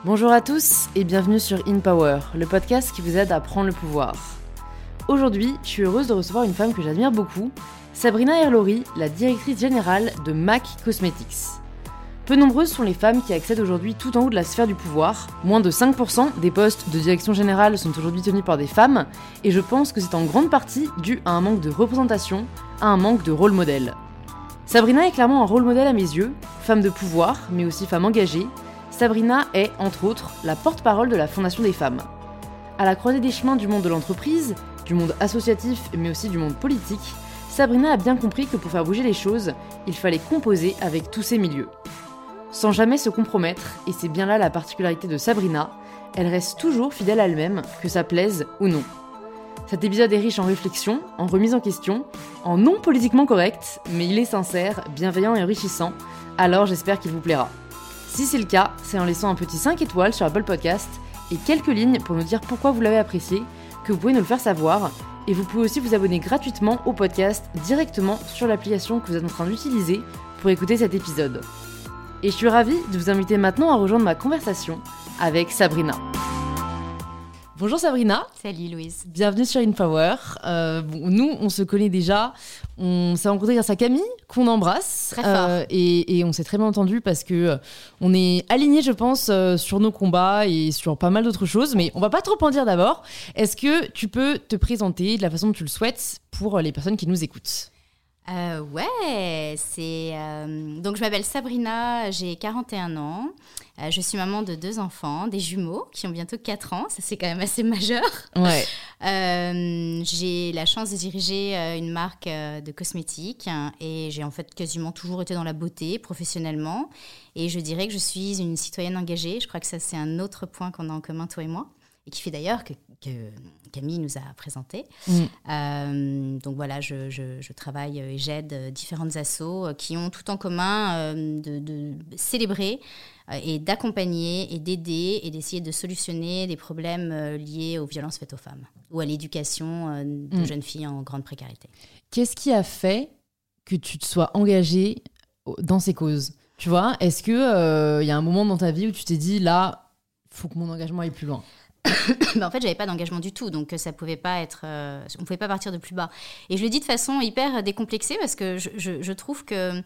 Bonjour à tous et bienvenue sur In Power, le podcast qui vous aide à prendre le pouvoir. Aujourd'hui, je suis heureuse de recevoir une femme que j'admire beaucoup, Sabrina Erlori, la directrice générale de MAC Cosmetics. Peu nombreuses sont les femmes qui accèdent aujourd'hui tout en haut de la sphère du pouvoir. Moins de 5% des postes de direction générale sont aujourd'hui tenus par des femmes, et je pense que c'est en grande partie dû à un manque de représentation, à un manque de rôle modèle. Sabrina est clairement un rôle modèle à mes yeux, femme de pouvoir, mais aussi femme engagée. Sabrina est, entre autres, la porte-parole de la Fondation des femmes. À la croisée des chemins du monde de l'entreprise, du monde associatif, mais aussi du monde politique, Sabrina a bien compris que pour faire bouger les choses, il fallait composer avec tous ces milieux. Sans jamais se compromettre, et c'est bien là la particularité de Sabrina, elle reste toujours fidèle à elle-même, que ça plaise ou non. Cet épisode est riche en réflexion, en remise en question, en non politiquement correct, mais il est sincère, bienveillant et enrichissant, alors j'espère qu'il vous plaira. Si c'est le cas, c'est en laissant un petit 5 étoiles sur Apple Podcast et quelques lignes pour nous dire pourquoi vous l'avez apprécié, que vous pouvez nous le faire savoir, et vous pouvez aussi vous abonner gratuitement au podcast directement sur l'application que vous êtes en train d'utiliser pour écouter cet épisode. Et je suis ravie de vous inviter maintenant à rejoindre ma conversation avec Sabrina. Bonjour Sabrina. Salut Louise. Bienvenue sur InPower. Nous, on se connaît déjà. On s'est rencontrés grâce à Camille, qu'on embrasse. Très fort. Et on s'est très bien entendu parce que on est alignés, je pense, sur nos combats et sur pas mal d'autres choses. Mais on va pas trop en dire d'abord. Est-ce que tu peux te présenter de la façon dont tu le souhaites pour les personnes qui nous écoutent ? Donc je m'appelle Sabrina, j'ai 41 ans, je suis maman de 2 enfants, des jumeaux qui ont bientôt 4 ans, ça c'est quand même assez majeur. Ouais. J'ai la chance de diriger une marque de cosmétiques et j'ai en fait quasiment toujours été dans la beauté professionnellement et je dirais que je suis une citoyenne engagée, je crois que ça c'est un autre point qu'on a en commun toi et moi. Et qui fait d'ailleurs que Camille nous a présenté. Donc voilà, je travaille et j'aide différentes assos qui ont tout en commun de célébrer et d'accompagner et d'aider et d'essayer de solutionner des problèmes liés aux violences faites aux femmes ou à l'éducation de jeunes filles en grande précarité. Qu'est-ce qui a fait que tu te sois engagée dans ces causes ? Tu vois, est-ce qu'il y a un moment dans ta vie où tu t'es dit, là, il faut que mon engagement aille plus loin ? En fait, j'avais pas d'engagement du tout, donc ça pouvait pas être, on pouvait pas partir de plus bas. Et je le dis de façon hyper décomplexée parce que je trouve que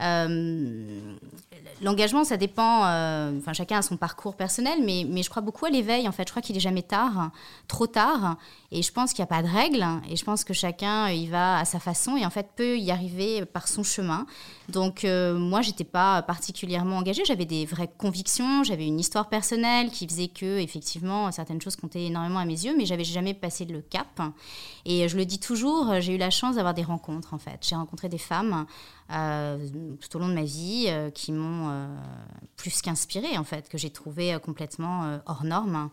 l'engagement, ça dépend. Chacun a son parcours personnel, mais je crois beaucoup à l'éveil. En fait, je crois qu'il est jamais tard, trop tard. Et je pense qu'il n'y a pas de règle. Et je pense que chacun y va à sa façon et en fait peut y arriver par son chemin. Donc moi, j'étais pas particulièrement engagée. J'avais des vraies convictions. J'avais une histoire personnelle qui faisait que effectivement certaines choses comptaient énormément à mes yeux, mais j'avais jamais passé le cap. Et je le dis toujours, j'ai eu la chance d'avoir des rencontres. En fait, j'ai rencontré des femmes tout au long de ma vie qui m'ont plus qu'inspirée en fait, que j'ai trouvé complètement hors norme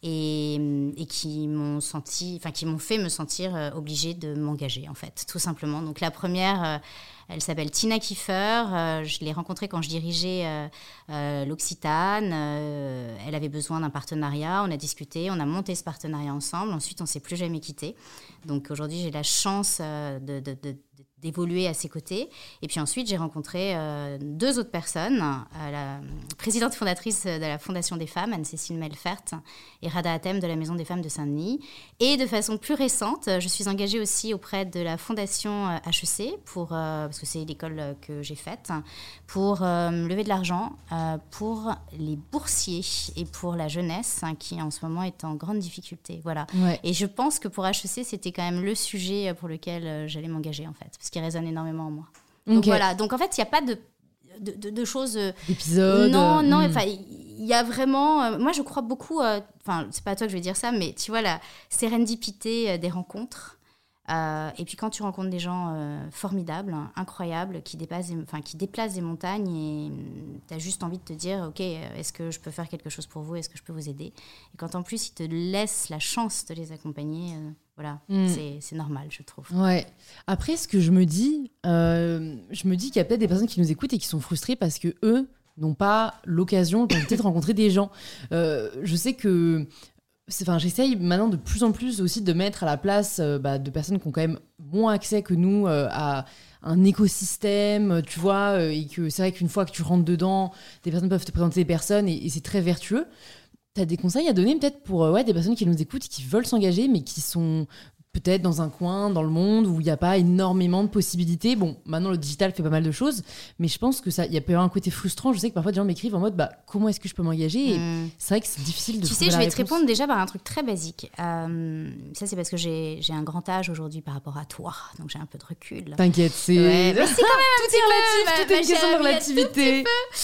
et qui m'ont fait me sentir obligée de m'engager en fait, tout simplement. Donc la première, elle s'appelle Tina Kiefer, je l'ai rencontrée quand je dirigeais l'Occitane, elle avait besoin d'un partenariat, on a discuté, on a monté ce partenariat ensemble, ensuite on ne s'est plus jamais quittés. Donc aujourd'hui j'ai la chance d'évoluer à ses côtés. Et puis ensuite, j'ai rencontré 2 autres personnes, la présidente fondatrice de la Fondation des femmes, Anne-Cécile Melfert, et Rada Hatem de la Maison des femmes de Saint-Denis. Et de façon plus récente, je suis engagée aussi auprès de la Fondation HEC, parce que c'est l'école que j'ai faite, pour lever de l'argent pour les boursiers et pour la jeunesse qui en ce moment est en grande difficulté. Voilà. Ouais. Et je pense que pour HEC, c'était quand même le sujet pour lequel j'allais m'engager en fait, ce qui résonne énormément en moi. Donc voilà, donc en fait, il n'y a pas de choses... D'épisodes. Non, enfin, il y a vraiment... moi, je crois beaucoup... c'est pas à toi que je vais dire ça, mais tu vois, la sérendipité des rencontres. Et puis quand tu rencontres des gens formidables, incroyables, qui déplacent des montagnes et tu as juste envie de te dire, ok, est-ce que je peux faire quelque chose pour vous ? Est-ce que je peux vous aider ? Et quand en plus, ils te laissent la chance de les accompagner... Voilà, c'est normal, je trouve. Ouais. Après, ce que je me dis qu'il y a peut-être des personnes qui nous écoutent et qui sont frustrées parce que eux n'ont pas l'occasion de rencontrer des gens. Je sais que j'essaye maintenant de plus en plus aussi de mettre à la place de personnes qui ont quand même moins accès que nous à un écosystème, tu vois, et que c'est vrai qu'une fois que tu rentres dedans, des personnes peuvent te présenter des personnes et c'est très vertueux. T'as des conseils à donner peut-être pour des personnes qui nous écoutent, qui veulent s'engager, mais qui sont peut-être dans un coin, dans le monde, où il n'y a pas énormément de possibilités. Bon, maintenant, le digital fait pas mal de choses, mais je pense que il y a peut avoir un côté frustrant. Je sais que parfois, des gens m'écrivent en mode, comment est-ce que je peux m'engager et c'est vrai que c'est difficile de trouver la réponse. Tu sais, je vais te répondre déjà par un truc très basique. Ça, c'est parce que j'ai un grand âge aujourd'hui par rapport à toi, donc j'ai un peu de recul. T'inquiète, c'est... Ouais, mais c'est quand même tout est relatif, tout est une question de relativité.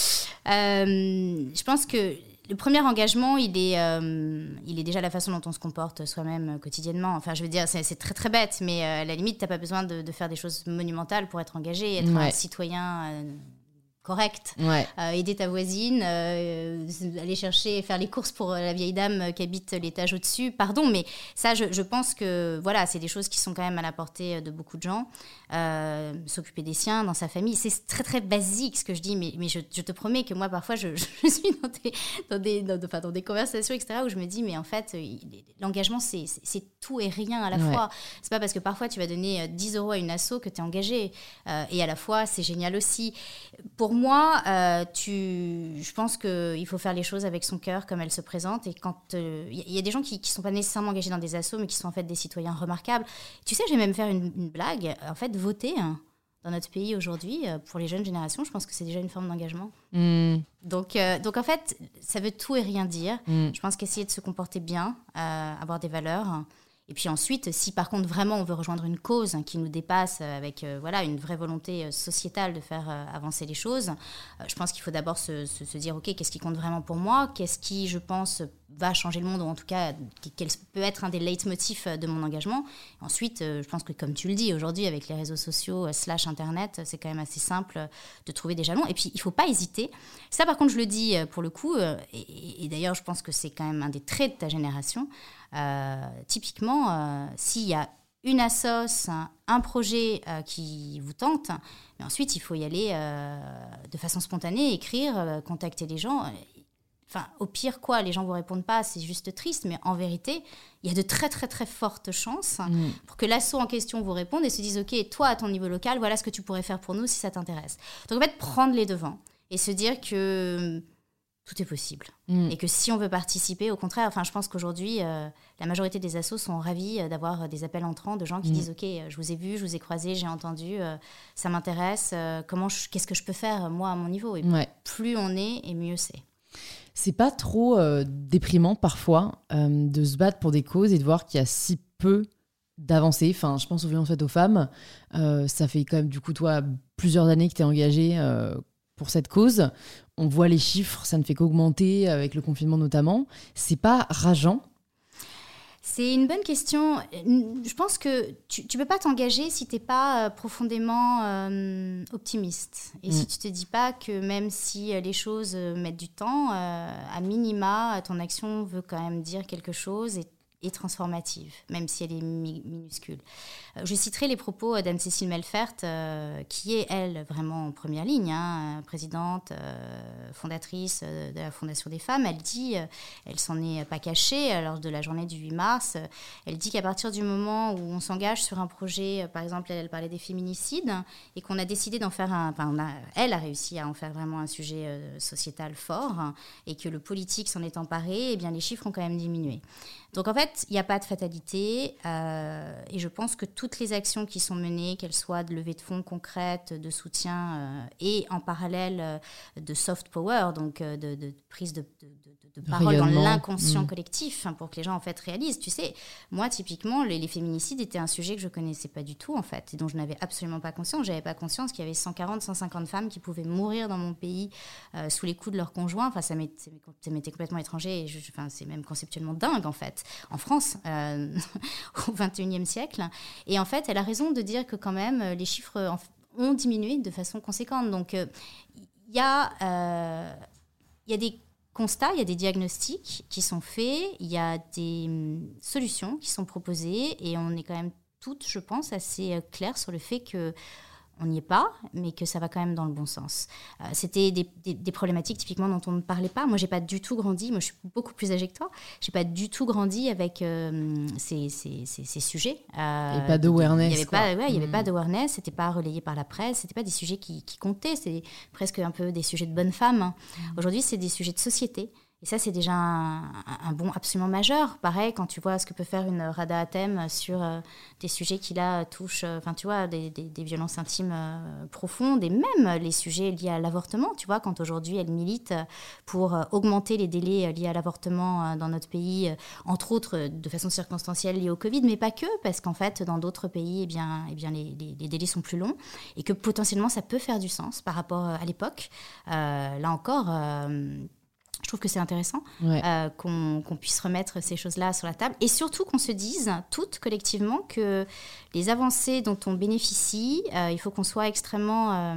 Je pense que le premier engagement, il est déjà la façon dont on se comporte soi-même quotidiennement. Enfin, je veux dire, c'est très très bête, mais à la limite, t'as pas besoin de faire des choses monumentales pour être engagé, être un citoyen correct, aider ta voisine, aller faire les courses pour la vieille dame qui habite l'étage au-dessus. Pardon, mais ça, je pense que voilà, c'est des choses qui sont quand même à la portée de beaucoup de gens. S'occuper des siens, dans sa famille, c'est très très basique ce que je dis, mais je te promets que moi parfois je suis dans des conversations, etc., où je me dis, mais en fait, l'engagement, c'est tout et rien à la fois. C'est pas parce que parfois tu vas donner 10 € à une asso que tu es engagé, et à la fois c'est génial aussi. Pour moi, je pense qu'il faut faire les choses avec son cœur comme elles se présentent, et quand il y a des gens qui sont pas nécessairement engagés dans des assos, mais qui sont en fait des citoyens remarquables. Tu sais, je vais même faire une blague. En fait, voter dans notre pays aujourd'hui, pour les jeunes générations, je pense que c'est déjà une forme d'engagement. Donc en fait, ça veut tout et rien dire. Je pense qu'essayer de se comporter bien, avoir des valeurs. Et puis ensuite, si par contre vraiment on veut rejoindre une cause qui nous dépasse avec une vraie volonté sociétale de faire avancer les choses, je pense qu'il faut d'abord se dire, ok, qu'est-ce qui compte vraiment pour moi ? Qu'est-ce qui, je pense, va changer le monde, ou en tout cas, quel peut être un des leitmotifs de mon engagement. Ensuite, je pense que comme tu le dis, aujourd'hui, avec les réseaux sociaux / Internet, c'est quand même assez simple de trouver des jalons. Et puis, il ne faut pas hésiter. Ça, par contre, je le dis pour le coup, et d'ailleurs, je pense que c'est quand même un des traits de ta génération. Typiquement, s'il y a une assoce, un projet qui vous tente, mais ensuite, il faut y aller de façon spontanée, écrire, contacter les gens. Enfin, au pire, les gens ne vous répondent pas, c'est juste triste, mais en vérité, il y a de très, très, très fortes chances pour que l'asso en question vous réponde et se dise, OK, toi, à ton niveau local, voilà ce que tu pourrais faire pour nous si ça t'intéresse. Donc, en fait, prendre les devants et se dire que tout est possible. Et que si on veut participer, au contraire, je pense qu'aujourd'hui, la majorité des assos sont ravis d'avoir des appels entrants de gens qui disent, OK, je vous ai vu, je vous ai croisé, j'ai entendu, ça m'intéresse, qu'est-ce que je peux faire, moi, à mon niveau ? Et plus on est, et mieux c'est. C'est pas trop déprimant parfois de se battre pour des causes et de voir qu'il y a si peu d'avancées. Enfin, je pense aux violences faites aux femmes. Ça fait quand même, du coup, toi, plusieurs années que tu es engagée pour cette cause. On voit les chiffres, ça ne fait qu'augmenter avec le confinement notamment. C'est pas rageant ? C'est une bonne question. Je pense que tu peux pas t'engager si t'es pas profondément optimiste. Et si tu te dis pas que même si les choses mettent du temps, à minima, ton action veut quand même dire quelque chose et transformative, même si elle est minuscule. Je citerai les propos d'Anne-Cécile Melfert, qui est, elle, vraiment en première ligne, présidente, fondatrice de la Fondation des femmes. Elle dit, elle s'en est pas cachée lors de la journée du 8 mars, elle dit qu'à partir du moment où on s'engage sur un projet, par exemple, elle parlait des féminicides, et qu'on a décidé d'en faire elle a réussi à en faire vraiment un sujet sociétal fort, et que le politique s'en est emparé, eh bien les chiffres ont quand même diminué. Donc en fait, il n'y a pas de fatalité et je pense que toutes les actions qui sont menées, qu'elles soient de levée de fonds concrètes, de soutien et en parallèle de soft power, donc de prise de parole dans l'inconscient collectif pour que les gens en fait réalisent. Tu sais, moi typiquement, les féminicides étaient un sujet que je ne connaissais pas du tout en fait et dont je n'avais absolument pas conscience. Je n'avais pas conscience qu'il y avait 140, 150 femmes qui pouvaient mourir dans mon pays sous les coups de leur conjoint. Enfin, ça m'était complètement étranger et c'est même conceptuellement dingue en fait. En France, au XXIe siècle. Et en fait, elle a raison de dire que quand même, les chiffres ont diminué de façon conséquente. Donc, il y a des constats, il y a des diagnostics qui sont faits, il y a des solutions qui sont proposées et on est quand même toutes, je pense, assez claires sur le fait que on n'y est pas, mais que ça va quand même dans le bon sens. C'était des problématiques typiquement dont on ne parlait pas. Moi, j'ai pas du tout grandi. Moi, je suis beaucoup plus âgée que toi. J'ai pas du tout grandi avec ces sujets. Et pas d'awareness. Il y avait pas d'awareness. C'était pas relayé par la presse. C'était pas des sujets qui comptaient. C'est presque un peu des sujets de bonne femme. Aujourd'hui, c'est des sujets de société. Et ça, c'est déjà un bond absolument majeur. Pareil, quand tu vois ce que peut faire une Rada Hatem sur des sujets qui, là, touchent, tu vois, des violences intimes profondes, et même les sujets liés à l'avortement. Tu vois, quand aujourd'hui, elle milite pour augmenter les délais liés à l'avortement dans notre pays, entre autres, de façon circonstancielle liée au Covid, mais pas que, parce qu'en fait, dans d'autres pays, eh bien, les délais sont plus longs, et que potentiellement, ça peut faire du sens par rapport à l'époque. Là encore... je trouve que c'est intéressant qu'on puisse remettre ces choses-là sur la table et surtout qu'on se dise toutes collectivement que les avancées dont on bénéficie, il faut qu'on soit extrêmement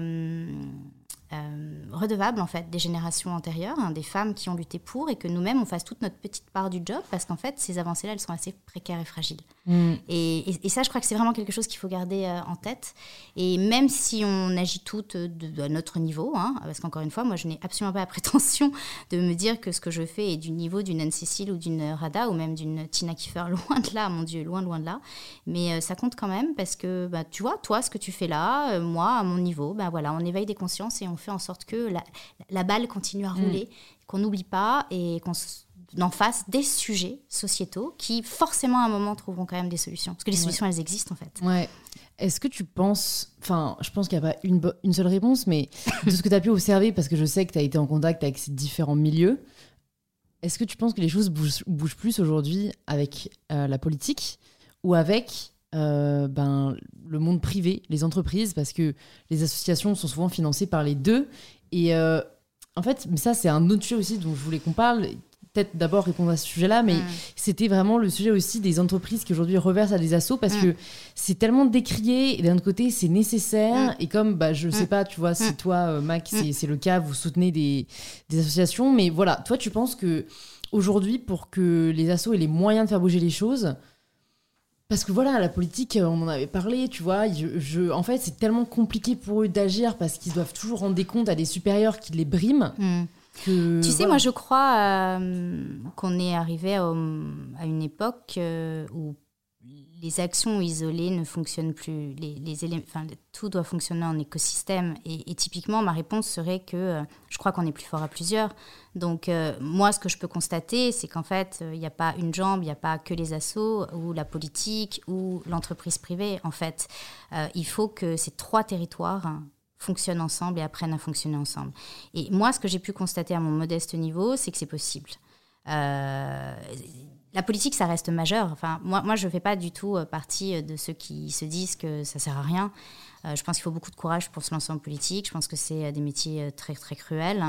redevable en fait des générations antérieures, des femmes qui ont lutté pour, et que nous-mêmes on fasse toute notre petite part du job, parce qu'en fait ces avancées-là elles sont assez précaires et fragiles. Et ça je crois que c'est vraiment quelque chose qu'il faut garder en tête, et même si on agit toutes à notre niveau, parce qu'encore une fois moi je n'ai absolument pas la prétention de me dire que ce que je fais est du niveau d'une Anne-Cécile ou d'une Rada ou même d'une Tina Kiefer, loin de là, mon Dieu, loin de là, mais ça compte quand même, parce que tu vois, toi ce que tu fais là, moi à mon niveau, voilà, on éveille des consciences et on fait en sorte que la balle continue à rouler, qu'on n'oublie pas et qu'on en fasse des sujets sociétaux qui forcément à un moment trouveront quand même des solutions, parce que les solutions elles existent en fait. Ouais. Est-ce que tu penses, je pense qu'il n'y a pas une seule réponse, mais de ce que tu as pu observer, parce que je sais que tu as été en contact avec ces différents milieux, est-ce que tu penses que les choses bougent plus aujourd'hui avec la politique ou avec le monde privé, les entreprises, parce que les associations sont souvent financées par les deux, et en fait, mais ça c'est un autre sujet aussi dont je voulais qu'on parle, peut-être d'abord répondre à ce sujet-là, mais c'était vraiment le sujet aussi des entreprises qui aujourd'hui reversent à des assos, parce que c'est tellement décrié, et d'un autre côté c'est nécessaire, et comme je sais pas, tu vois, si toi Mac c'est le cas, vous soutenez des associations, mais voilà, toi tu penses que aujourd'hui, pour que les assos aient les moyens de faire bouger les choses, parce que voilà, la politique, on en avait parlé, tu vois, en fait, c'est tellement compliqué pour eux d'agir, parce qu'ils doivent toujours rendre des comptes à des supérieurs qui les briment. Tu sais, moi, je crois qu'on est arrivé à une époque où les actions isolées ne fonctionnent plus. Tout doit fonctionner en écosystème. Et typiquement, ma réponse serait que je crois qu'on est plus fort à plusieurs. Donc, moi, ce que je peux constater, c'est qu'en fait, il n'y a pas une jambe, il n'y a pas que les assos ou la politique ou l'entreprise privée. En fait, il faut que ces trois territoires fonctionnent ensemble et apprennent à fonctionner ensemble. Et moi, ce que j'ai pu constater à mon modeste niveau, c'est que c'est possible. La politique, ça reste majeur. Enfin, moi, je ne fais pas du tout partie de ceux qui se disent que ça ne sert à rien. Je pense qu'il faut beaucoup de courage pour se lancer en politique. Je pense que c'est des métiers très, très cruels.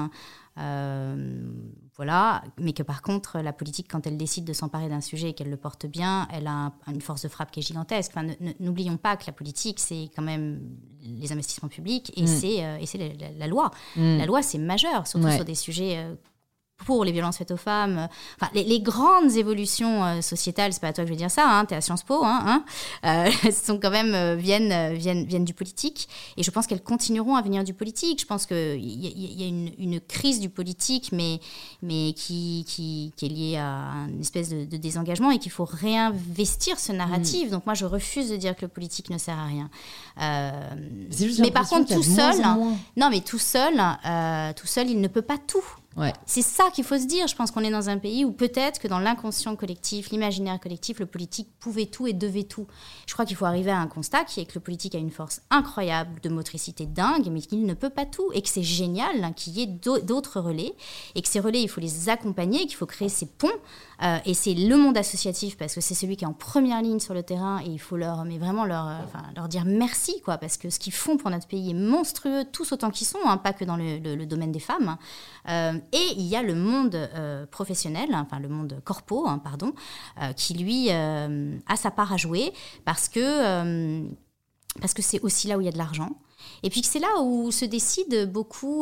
Voilà. Mais que par contre, la politique, quand elle décide de s'emparer d'un sujet et qu'elle le porte bien, elle a une force de frappe qui est gigantesque. Enfin, n'oublions pas que la politique, c'est quand même les investissements publics et c'est la loi. La loi, c'est majeur, surtout sur des sujets... pour les violences faites aux femmes, les grandes évolutions sociétales, c'est pas à toi que je vais dire ça, t'es à Sciences Po, sont quand même viennent du politique, et je pense qu'elles continueront à venir du politique. Je pense qu'il y a une crise du politique, mais qui est liée à une espèce de désengagement, et qu'il faut réinvestir ce narratif. Donc moi, je refuse de dire que le politique ne sert à rien. Mais par contre, tout seul, il ne peut pas tout. Ouais. C'est ça qu'il faut se dire. Je pense qu'on est dans un pays où peut-être que dans l'inconscient collectif, l'imaginaire collectif, le politique pouvait tout et devait tout. Je crois qu'il faut arriver à un constat qui est que le politique a une force incroyable de motricité dingue, mais qu'il ne peut pas tout, et que c'est génial qu'il y ait d'autres relais, et que ces relais, il faut les accompagner, qu'il faut créer ces ponts, et c'est le monde associatif, parce que c'est celui qui est en première ligne sur le terrain, et il faut leur dire merci, quoi, parce que ce qu'ils font pour notre pays est monstrueux, tous autant qu'ils sont, pas que dans le domaine des femmes. Et il y a le monde professionnel, le monde corpo, qui lui a sa part à jouer, parce que c'est aussi là où il y a de l'argent. Et puis que c'est là où se décide beaucoup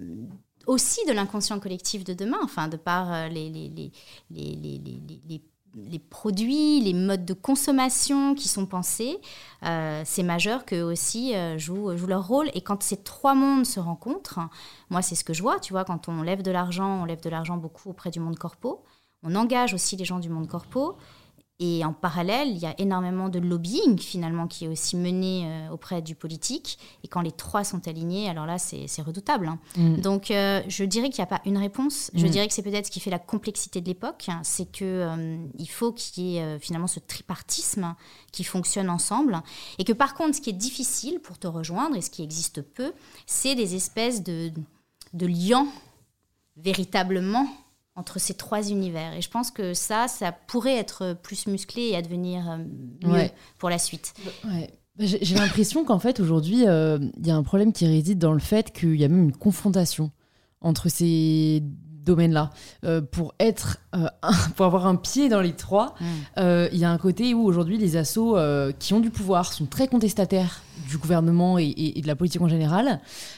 aussi de l'inconscient collectif de demain, de par les les produits, les modes de consommation qui sont pensés, c'est majeur qu'eux aussi jouent leur rôle. Et quand ces trois mondes se rencontrent, moi, c'est ce que je vois, tu vois, quand on lève de l'argent beaucoup auprès du monde corpo. On engage aussi les gens du monde corpo. Et en parallèle, il y a énormément de lobbying, finalement, qui est aussi mené auprès du politique. Et quand les trois sont alignés, alors là, c'est redoutable. Hein. Donc, je dirais qu'il n'y a pas une réponse. Je dirais que c'est peut-être ce qui fait la complexité de l'époque. C'est qu'il faut qu'il y ait finalement ce tripartisme qui fonctionne ensemble. Et que par contre, ce qui est difficile pour te rejoindre, et ce qui existe peu, c'est des espèces de liens véritablement entre ces trois univers. Et je pense que ça pourrait être plus musclé et advenir mieux pour la suite. Ouais. J'ai l'impression qu'en fait, aujourd'hui, il y a un problème qui réside dans le fait qu'il y a même une confrontation entre ces domaines-là. Pour avoir un pied dans les trois, il y a un côté où aujourd'hui, les assos qui ont du pouvoir sont très contestataires du gouvernement et de la politique en général.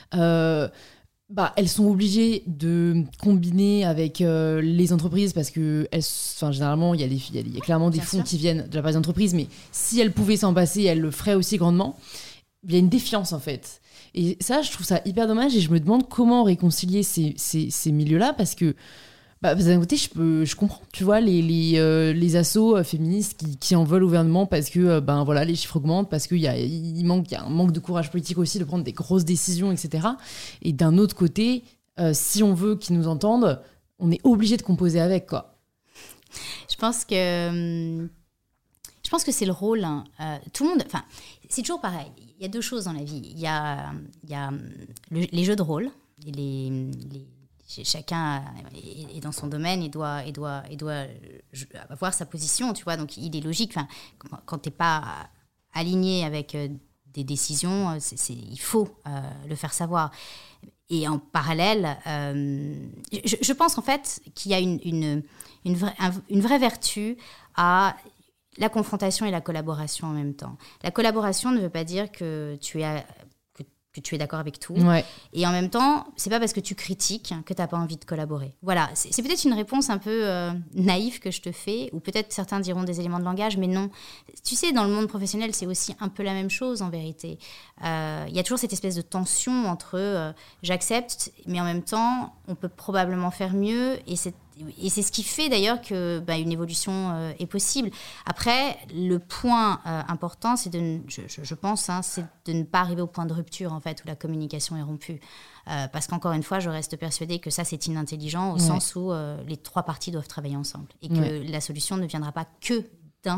Elles sont obligées de combiner avec les entreprises parce que généralement, il y a clairement des fonds qui viennent de la part des entreprises, mais si elles pouvaient s'en passer, elles le feraient aussi grandement. Il y a une défiance, en fait. Et ça, je trouve ça hyper dommage et je me demande comment réconcilier ces milieux-là parce que d'un côté, je comprends, tu vois, les assos féministes qui en veulent au gouvernement parce que les chiffres augmentent, parce qu'il y a un manque de courage politique aussi de prendre des grosses décisions, etc. Et d'un autre côté, si on veut qu'ils nous entendent, on est obligé de composer avec, quoi. Je pense que c'est le rôle. Tout le monde. Enfin, c'est toujours pareil. Il y a deux choses dans la vie. Il y a les jeux de rôle et chacun est dans son domaine et doit avoir sa position, tu vois. Donc, il est logique. Enfin, quand tu n'es pas aligné avec des décisions, il faut le faire savoir. Et en parallèle, je pense en fait qu'il y a une vraie vertu à la confrontation et la collaboration en même temps. La collaboration ne veut pas dire que tu es d'accord avec tout. Ouais. Et en même temps, c'est pas parce que tu critiques que tu n'as pas envie de collaborer. Voilà, c'est peut-être une réponse un peu naïve que je te fais, ou peut-être certains diront des éléments de langage, mais non. Tu sais, dans le monde professionnel, c'est aussi un peu la même chose en vérité. Il y a toujours cette espèce de tension entre j'accepte, mais en même temps, on peut probablement faire mieux, et c'est ce qui fait d'ailleurs que une évolution est possible. Après, le point important, c'est je pense, c'est de ne pas arriver au point de rupture en fait où la communication est rompue. Parce qu'encore une fois, je reste persuadée que ça c'est inintelligent au sens où les trois parties doivent travailler ensemble et que la solution ne viendra pas que d'un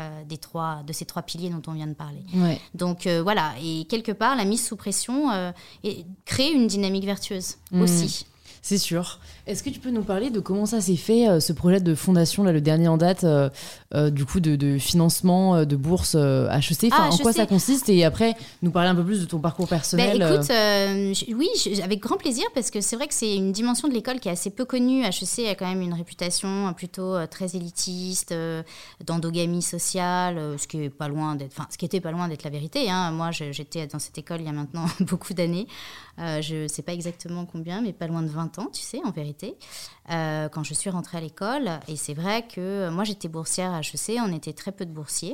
de ces trois piliers dont on vient de parler. Ouais. Donc voilà, et quelque part, la mise sous pression crée une dynamique vertueuse aussi. C'est sûr. Est-ce que tu peux nous parler de comment ça s'est fait, ce projet de fondation, là, le dernier en date, du coup, de financement de bourse HEC, en quoi ça consiste? Et après, nous parler un peu plus de ton parcours personnel. Écoute, oui, avec grand plaisir, parce que c'est vrai que c'est une dimension de l'école qui est assez peu connue. HEC a quand même une réputation plutôt très élitiste, d'endogamie sociale, ce qui était pas loin d'être la vérité. Hein. Moi, j'étais dans cette école il y a maintenant beaucoup d'années. Je ne sais pas exactement combien, mais pas loin de 20 ans, tu sais, en vérité, quand je suis rentrée à l'école. Et c'est vrai que moi, j'étais boursière à HEC, on était très peu de boursiers.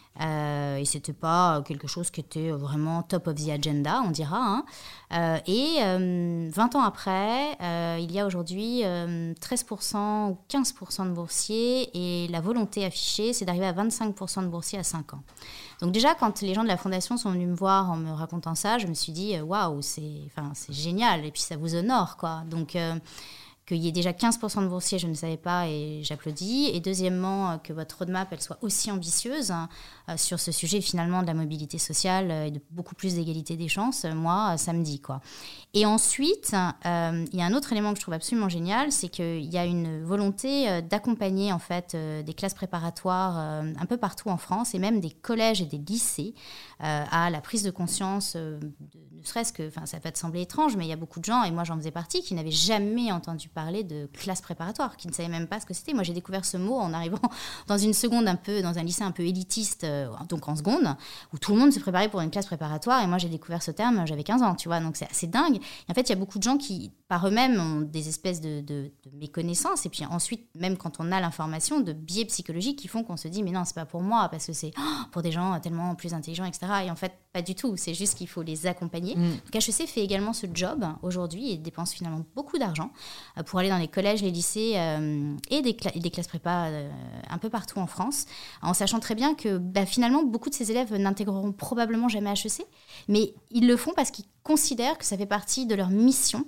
Et ce n'était pas quelque chose qui était vraiment top of the agenda, on dira. Hein. Et 20 ans après, il y a aujourd'hui 13% ou 15% de boursiers. Et la volonté affichée, c'est d'arriver à 25% de boursiers à 5 ans. Donc déjà, quand les gens de la Fondation sont venus me voir en me racontant ça, je me suis dit, waouh, c'est génial. Et puis ça vous honore, quoi. Donc... qu'il y ait déjà 15% de boursiers, je ne savais pas et j'applaudis. Et deuxièmement, que votre roadmap elle soit aussi ambitieuse sur ce sujet finalement de la mobilité sociale et de beaucoup plus d'égalité des chances, moi, ça me dit quoi. Et ensuite, il y a un autre élément que je trouve absolument génial, c'est qu'il y a une volonté d'accompagner en fait des classes préparatoires un peu partout en France et même des collèges et des lycées à la prise de conscience, ne serait-ce que, ça peut te sembler étrange, mais il y a beaucoup de gens, et moi j'en faisais partie, qui n'avaient jamais entendu parler de classe préparatoire, qui ne savaient même pas ce que c'était. Moi j'ai découvert ce mot en arrivant dans une seconde dans un lycée un peu élitiste, donc en seconde, où tout le monde se préparait pour une classe préparatoire, et moi j'ai découvert ce terme, j'avais 15 ans, tu vois, donc c'est assez dingue. Et en fait, il y a beaucoup de gens qui par eux-mêmes ont des espèces de méconnaissances. Et puis ensuite, même quand on a l'information, de biais psychologiques qui font qu'on se dit « mais non, c'est pas pour moi, parce que c'est pour des gens tellement plus intelligents, etc. » Et en fait, pas du tout. C'est juste qu'il faut les accompagner. Donc HEC fait également ce job aujourd'hui et dépense finalement beaucoup d'argent pour aller dans les collèges, les lycées et des classes prépa un peu partout en France, en sachant très bien que finalement, beaucoup de ces élèves n'intégreront probablement jamais HEC, mais ils le font parce qu'ils considèrent que ça fait partie de leur mission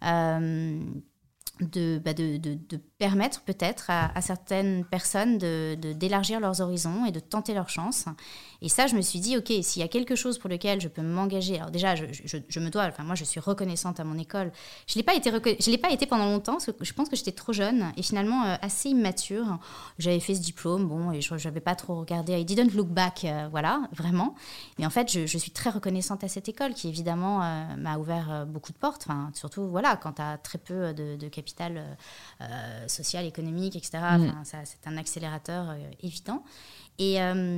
de permettre peut-être à certaines personnes d'élargir leurs horizons et de tenter leur chance. Et ça, je me suis dit, OK, s'il y a quelque chose pour lequel je peux m'engager, alors déjà, je me dois, moi, je suis reconnaissante à mon école. Je l'ai pas été pendant longtemps, parce que je pense que j'étais trop jeune et finalement assez immature. J'avais fait ce diplôme, et je n'avais pas trop regardé. I didn't look back, voilà, vraiment. Mais en fait, je suis très reconnaissante à cette école qui, évidemment, m'a ouvert beaucoup de portes. Enfin, surtout, voilà, quand tu as très peu de capital social, économique, etc. C'est un accélérateur évident. Et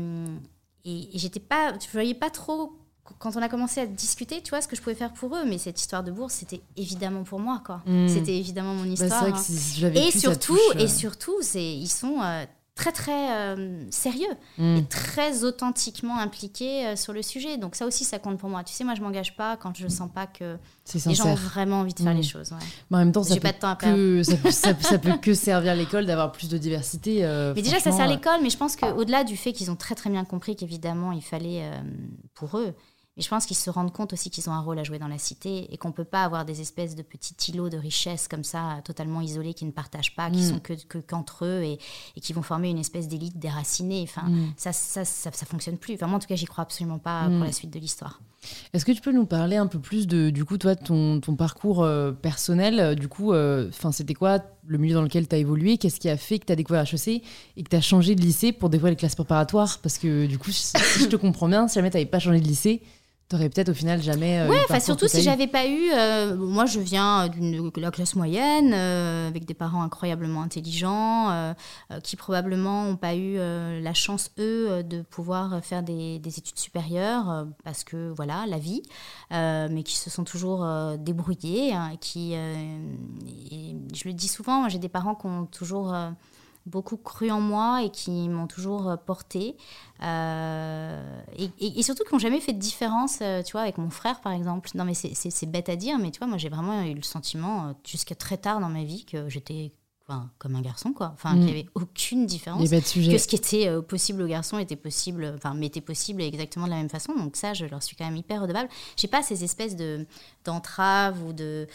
je voyais pas trop, quand on a commencé à discuter, tu vois, ce que je pouvais faire pour eux. Mais cette histoire de bourse, c'était évidemment pour moi, quoi. C'était évidemment mon histoire. C'est vrai que j'avais et surtout, ils sont très, très sérieux et très authentiquement impliqués sur le sujet. Donc ça aussi, ça compte pour moi. Tu sais, moi, je m'engage pas quand je sens pas que les gens ont vraiment envie de faire les choses. Ouais. Mais en même temps, ça peut que servir l'école d'avoir plus de diversité. Mais déjà, ça sert l'école, mais je pense qu'au-delà du fait qu'ils ont très, très bien compris qu'évidemment, il fallait pour eux. Mais je pense qu'ils se rendent compte aussi qu'ils ont un rôle à jouer dans la cité et qu'on ne peut pas avoir des espèces de petits îlots de richesse comme ça, totalement isolés, qui ne partagent pas, qui sont qu'entre eux et qui vont former une espèce d'élite déracinée. Enfin, ça fonctionne plus. Enfin, moi, en tout cas, j'y crois absolument pas pour la suite de l'histoire. Est-ce que tu peux nous parler un peu plus de, du coup, toi, ton parcours personnel? Du coup, c'était quoi le milieu dans lequel tu as évolué? Qu'est-ce qui a fait que tu as découvert HEC et que tu as changé de lycée pour découvrir les classes préparatoires? Parce que du coup, si je te comprends bien, si jamais tu n'avais pas changé de lycée, t'aurais peut-être au final jamais surtout si j'avais pas eu moi je viens de la classe moyenne avec des parents incroyablement intelligents qui probablement n'ont pas eu la chance eux de pouvoir faire des études supérieures parce que voilà la vie mais qui se sont toujours débrouillés et je le dis souvent, moi j'ai des parents qui ont toujours beaucoup cru en moi et qui m'ont toujours portée et surtout qui n'ont jamais fait de différence tu vois, avec mon frère par exemple. Non mais c'est bête à dire, mais tu vois, moi j'ai vraiment eu le sentiment jusqu'à très tard dans ma vie que j'étais comme un garçon, quoi. Enfin, qu'il n'y avait aucune différence. Que ce qui était possible aux garçons m'était possible exactement de la même façon. Donc ça, je leur suis quand même hyper redevable. J'ai pas ces espèces d'entraves ou de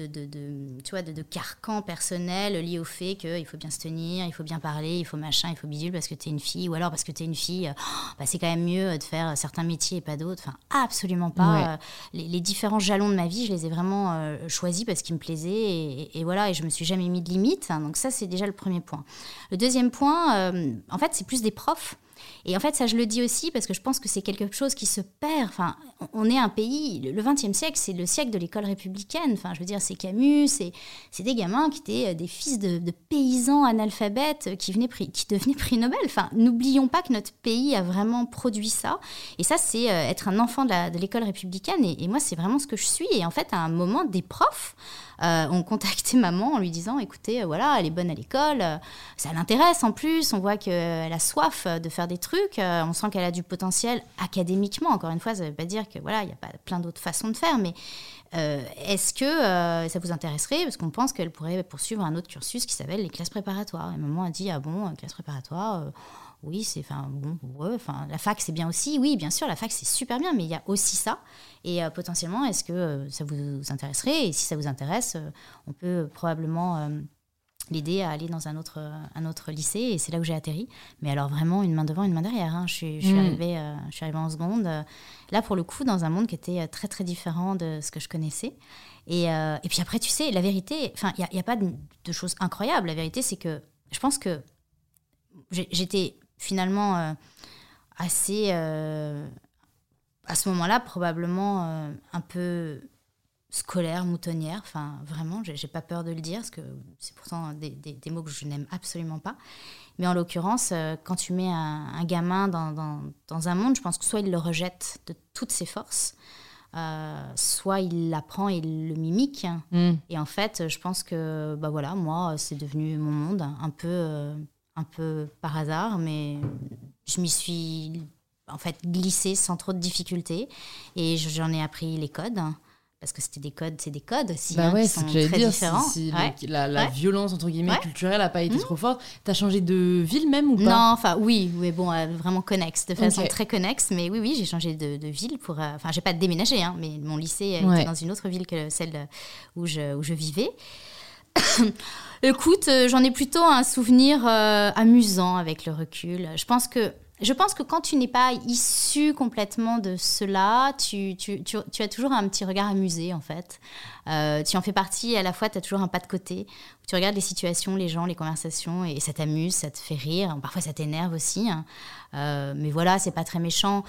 carcans personnels liés au fait qu'il faut bien se tenir, il faut bien parler, il faut machin, il faut bidule parce que t'es une fille, ou alors parce que t'es une fille, c'est quand même mieux de faire certains métiers et pas d'autres. Enfin, absolument pas. Ouais. Les différents jalons de ma vie, je les ai vraiment choisis parce qu'ils me plaisaient et voilà, et je me suis jamais mis de limite. Donc ça, c'est déjà le premier point. Le deuxième point, en fait, c'est plus des profs. Et en fait, ça, je le dis aussi parce que je pense que c'est quelque chose qui se perd. Enfin, on est un pays, le XXe siècle, c'est le siècle de l'école républicaine. Enfin, je veux dire, c'est Camus, c'est des gamins qui étaient des fils de paysans analphabètes qui devenaient prix Nobel. Enfin, n'oublions pas que notre pays a vraiment produit ça. Et ça, c'est être un enfant de l'école républicaine. Et moi, c'est vraiment ce que je suis. Et en fait, à un moment, des profs ont contacté maman en lui disant, écoutez, voilà, elle est bonne à l'école, ça l'intéresse en plus, on voit qu'elle a soif de faire des trucs, on sent qu'elle a du potentiel académiquement. Encore une fois, ça ne veut pas dire que voilà, il y a pas plein d'autres façons de faire, mais est-ce que ça vous intéresserait? Parce qu'on pense qu'elle pourrait poursuivre un autre cursus qui s'appelle les classes préparatoires. Et maman a dit, ah bon, classe préparatoire oui, la fac, c'est bien aussi. Oui, bien sûr, la fac, c'est super bien, mais il y a aussi ça. Et potentiellement, est-ce que ça vous intéresserait? Et si ça vous intéresse, on peut probablement l'aider à aller dans un autre lycée. Et c'est là où j'ai atterri. Mais alors, vraiment, une main devant, une main derrière. Hein. Je suis arrivée en seconde. Là, pour le coup, dans un monde qui était très, très différent de ce que je connaissais. Et puis après, tu sais, la vérité, il n'y a pas de choses incroyables. La vérité, c'est que je pense que j'étais finalement assez, à ce moment-là, probablement un peu scolaire, moutonnière. Enfin, vraiment, j'ai pas peur de le dire, parce que c'est pourtant des mots que je n'aime absolument pas. Mais en l'occurrence, quand tu mets un gamin dans un monde, je pense que soit il le rejette de toutes ses forces, soit il l'apprend et il le mimique. Et en fait, je pense que voilà, moi, c'est devenu mon monde, un peu par hasard, mais je m'y suis en fait glissée sans trop de difficultés. Et j'en ai appris les codes. Parce que c'est des codes aussi, qui sont très différents. La violence, entre guillemets, culturelle n'a pas été trop forte. T'as changé de ville même ou pas? Non, enfin oui, bon, vraiment connexe, de façon très connexe. Mais oui, j'ai changé de ville pour... Enfin, j'ai pas déménagé, mais mon lycée était dans une autre ville que celle où je vivais. Écoute, j'en ai plutôt un souvenir amusant avec le recul. Je pense que quand tu n'es pas issu complètement de cela, tu as toujours un petit regard amusé, en fait. Tu en fais partie, à la fois, tu as toujours un pas de côté. Où tu regardes les situations, les gens, les conversations, et ça t'amuse, ça te fait rire. Parfois, ça t'énerve aussi. Mais voilà, c'est pas très méchant.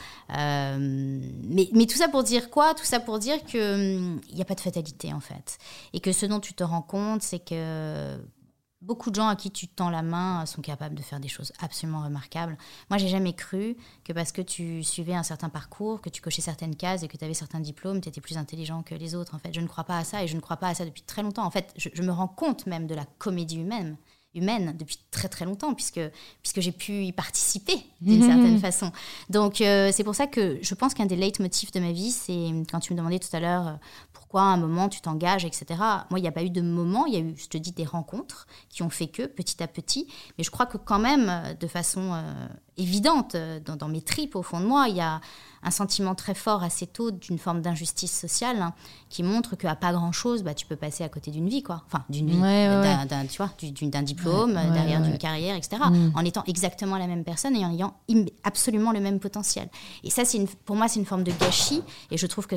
Mais tout ça pour dire quoi? Tout ça pour dire qu'il n'y a pas de fatalité, en fait. Et que ce dont tu te rends compte, c'est que... Beaucoup de gens à qui tu tends la main sont capables de faire des choses absolument remarquables. Moi, j'ai jamais cru que parce que tu suivais un certain parcours, que tu cochais certaines cases et que tu avais certains diplômes, tu étais plus intelligent que les autres. En fait, je ne crois pas à ça et je ne crois pas à ça depuis très longtemps. En fait, je me rends compte même de la comédie humaine depuis très très longtemps, puisque j'ai pu y participer d'une certaine façon. Donc, c'est pour ça que je pense qu'un des leitmotifs de ma vie, c'est quand tu me demandais tout à l'heure pourquoi à un moment tu t'engages, etc. Moi, il n'y a pas eu de moment, il y a eu, je te dis, des rencontres qui ont fait que, petit à petit, mais je crois que quand même, de façon évidente, dans mes tripes, au fond de moi, il y a un sentiment très fort assez tôt d'une forme d'injustice sociale qui montre qu'à pas grand-chose, tu peux passer à côté d'une vie, quoi. Enfin, d'une vie, tu vois, d'un diplôme, derrière d'une carrière, etc. En étant exactement la même personne et en ayant absolument le même potentiel. Et ça, pour moi, c'est une forme de gâchis. Et je trouve que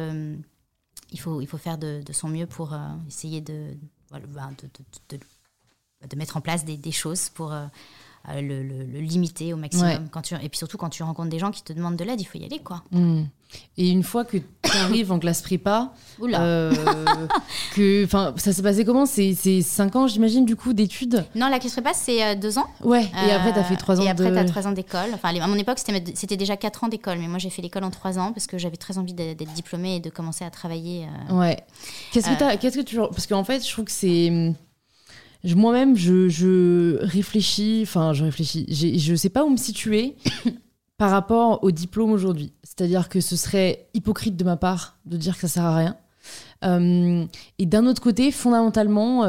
il faut faire de son mieux pour essayer de mettre en place des choses pour... le limiter au maximum. Et puis surtout, quand tu rencontres des gens qui te demandent de l'aide, il faut y aller, quoi. Et une fois que tu arrives en classe prépa, ça s'est passé comment? C'est 5 ans, j'imagine, du coup, d'études? Non, la classe prépa, c'est 2 ans. Ouais, et après, tu as fait 3 ans Et après, tu as 3 ans d'école. Enfin, à mon époque, c'était déjà 4 ans d'école, mais moi, j'ai fait l'école en 3 ans parce que j'avais très envie d'être diplômée et de commencer à travailler. Ouais. Qu'est-ce que tu... Parce qu'en fait, je trouve que c'est... Moi-même, je réfléchis, je sais pas où me situer par rapport au diplôme aujourd'hui. C'est-à-dire que ce serait hypocrite de ma part de dire que ça sert à rien. Et d'un autre côté, fondamentalement,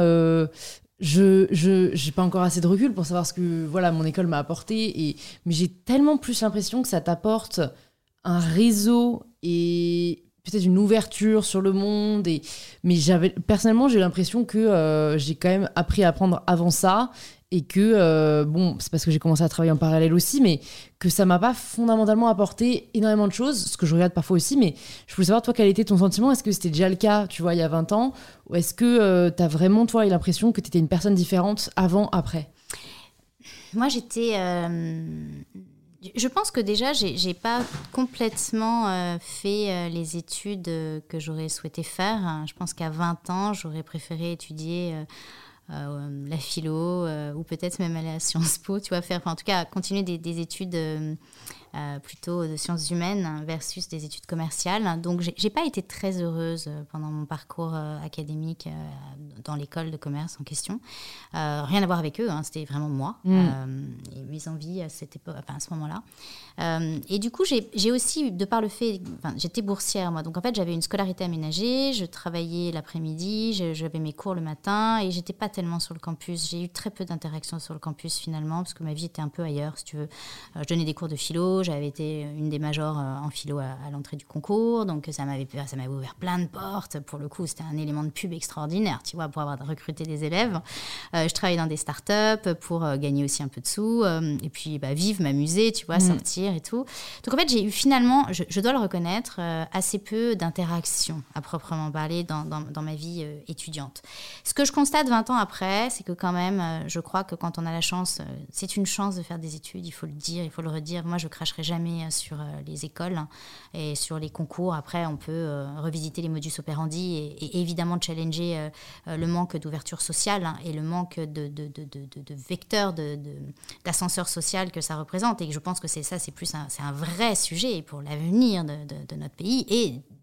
j'ai pas encore assez de recul pour savoir ce que mon école m'a apporté. Mais j'ai tellement plus l'impression que ça t'apporte un réseau et... peut-être une ouverture sur le monde. Mais personnellement, j'ai l'impression que j'ai quand même appris à apprendre avant ça et que, c'est parce que j'ai commencé à travailler en parallèle aussi, mais que ça m'a pas fondamentalement apporté énormément de choses, ce que je regarde parfois aussi. Mais je voulais savoir, toi, quel était ton sentiment? Est-ce que c'était déjà le cas, tu vois, il y a 20 ans? Ou est-ce que t'as vraiment, toi, l'impression que t'étais une personne différente avant, après? Moi, j'étais... Je pense que déjà, j'ai pas complètement fait les études que j'aurais souhaité faire. Je pense qu'à 20 ans, j'aurais préféré étudier la philo ou peut-être même aller à Sciences Po, tu vois, en tout cas, continuer des études plutôt de sciences humaines versus des études commerciales. Donc, j'ai pas été très heureuse pendant mon parcours académique dans l'école de commerce en question. Rien à voir avec eux, c'était vraiment moi et mes envies à ce moment-là. Et du coup, j'ai aussi, de par le fait... j'étais boursière, moi. Donc, en fait, j'avais une scolarité aménagée. Je travaillais l'après-midi. J'avais mes cours le matin. Et j'étais pas tellement sur le campus. J'ai eu très peu d'interactions sur le campus, finalement, parce que ma vie était un peu ailleurs, si tu veux. Je donnais des cours de philo. J'avais été une des majors en philo à l'entrée du concours. Donc, ça m'avait ouvert plein de portes. Pour le coup, c'était un élément de pub extraordinaire, tu vois, pour avoir recruté des élèves. Je travaillais dans des startups pour gagner aussi un peu de sous. Et puis, vivre, m'amuser, tu vois, sortir et tout. Donc en fait, j'ai eu finalement, je dois le reconnaître, assez peu d'interactions à proprement parler dans ma vie étudiante. Ce que je constate 20 ans après, c'est que quand même, je crois que quand on a la chance, c'est une chance de faire des études, il faut le dire, il faut le redire. Moi, je cracherai jamais sur les écoles et sur les concours. Après, on peut revisiter les modus operandi et évidemment challenger le manque d'ouverture sociale et le manque de vecteurs d'ascenseur social que ça représente. Et je pense que c'est un vrai sujet pour l'avenir de notre pays et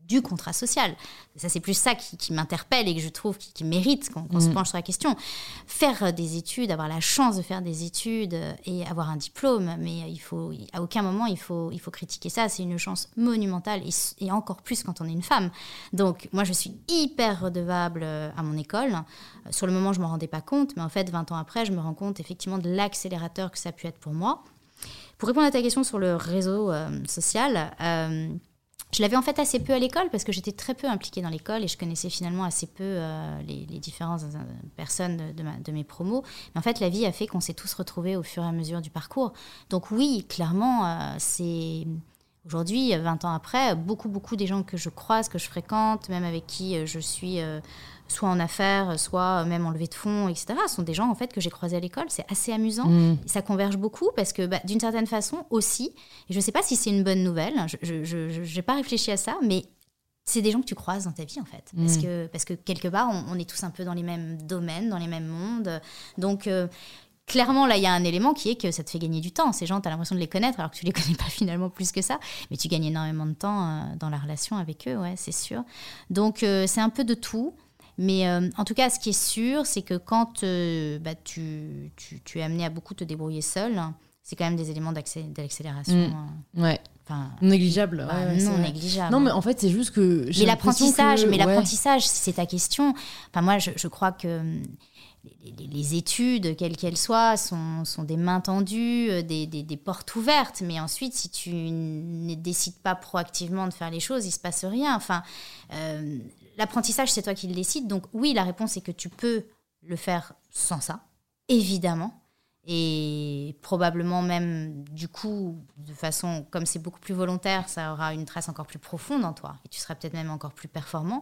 du contrat social. Ça, c'est plus ça qui m'interpelle et que je trouve qui mérite qu'on se penche sur la question. Faire des études, avoir la chance de faire des études et avoir un diplôme, mais à aucun moment il faut critiquer ça. C'est une chance monumentale et encore plus quand on est une femme. Donc moi, je suis hyper redevable à mon école. Sur le moment, je ne m'en rendais pas compte, mais en fait, 20 ans après, je me rends compte effectivement de l'accélérateur que ça a pu être pour moi. Pour répondre à ta question sur le réseau social, je l'avais en fait assez peu à l'école parce que j'étais très peu impliquée dans l'école et je connaissais finalement assez peu les différentes personnes de mes promos. Mais en fait, la vie a fait qu'on s'est tous retrouvés au fur et à mesure du parcours. Donc oui, clairement, c'est... Aujourd'hui, 20 ans après, beaucoup des gens que je croise, que je fréquente, même avec qui je suis soit en affaires, soit même en levée de fonds, etc., sont des gens en fait, que j'ai croisés à l'école. C'est assez amusant. Ça converge beaucoup parce que d'une certaine façon aussi, et je ne sais pas si c'est une bonne nouvelle, je n'ai pas réfléchi à ça, mais c'est des gens que tu croises dans ta vie en fait. Parce que quelque part, on est tous un peu dans les mêmes domaines, dans les mêmes mondes. Donc... clairement, là, il y a un élément qui est que ça te fait gagner du temps. Ces gens, tu as l'impression de les connaître alors que tu ne les connais pas finalement plus que ça. Mais tu gagnes énormément de temps dans la relation avec eux, ouais, c'est sûr. Donc, c'est un peu de tout. Mais en tout cas, ce qui est sûr, c'est que quand tu es amené à beaucoup te débrouiller seul, c'est quand même des éléments d'accélération. Ouais. Enfin, négligeable. Non négligeable. Non, mais en fait, c'est juste que j'ai l'apprentissage, l'apprentissage, c'est ta question. Enfin, moi, je crois que... Les études, quelles qu'elles soient, sont des mains tendues, des portes ouvertes. Mais ensuite, si tu ne décides pas proactivement de faire les choses, il ne se passe rien. Enfin, l'apprentissage, c'est toi qui le décides. Donc oui, la réponse est que tu peux le faire sans ça, évidemment. Et probablement même, du coup, de façon, comme c'est beaucoup plus volontaire, ça aura une trace encore plus profonde en toi. Et tu seras peut-être même encore plus performant.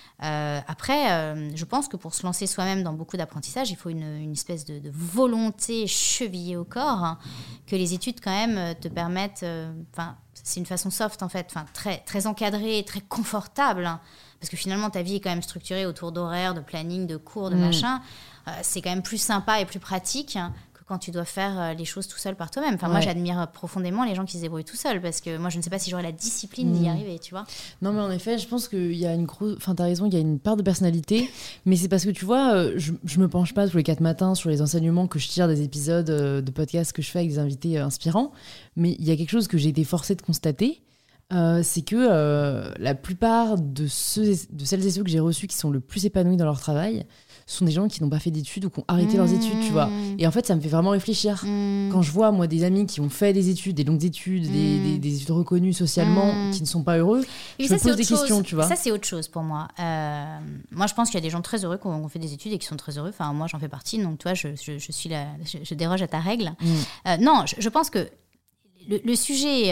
Après, je pense que pour se lancer soi-même dans beaucoup d'apprentissage, il faut une espèce de volonté chevillée au corps, que les études quand même te permettent... c'est une façon soft en fait, très, très encadrée, très confortable. Parce que finalement, ta vie est quand même structurée autour d'horaires, de planning, de cours, de machin. C'est quand même plus sympa et plus pratique quand tu dois faire les choses tout seul par toi-même. Moi, j'admire profondément les gens qui se débrouillent tout seuls, parce que moi, je ne sais pas si j'aurais la discipline d'y arriver, tu vois. Non, mais en effet, je pense qu'il y a une grosse... Enfin, t'as raison, il y a une part de personnalité, mais c'est parce que, tu vois, je me penche pas tous les 4 matins sur les enseignements que je tire des épisodes de podcasts que je fais avec des invités inspirants, mais il y a quelque chose que j'ai été forcée de constater, c'est que la plupart de celles et ceux que j'ai reçus qui sont le plus épanouis dans leur travail sont des gens qui n'ont pas fait d'études ou qui ont arrêté leurs études, tu vois. Et en fait, ça me fait vraiment réfléchir. Quand je vois, moi, des amis qui ont fait des études, des longues études, des études reconnues socialement, qui ne sont pas heureux, je me pose des questions, tu vois. Ça, c'est autre chose pour moi. Moi, je pense qu'il y a des gens très heureux qui ont fait des études et qui sont très heureux. Enfin, moi, j'en fais partie, donc toi, je déroge à ta règle. Non, je pense que le sujet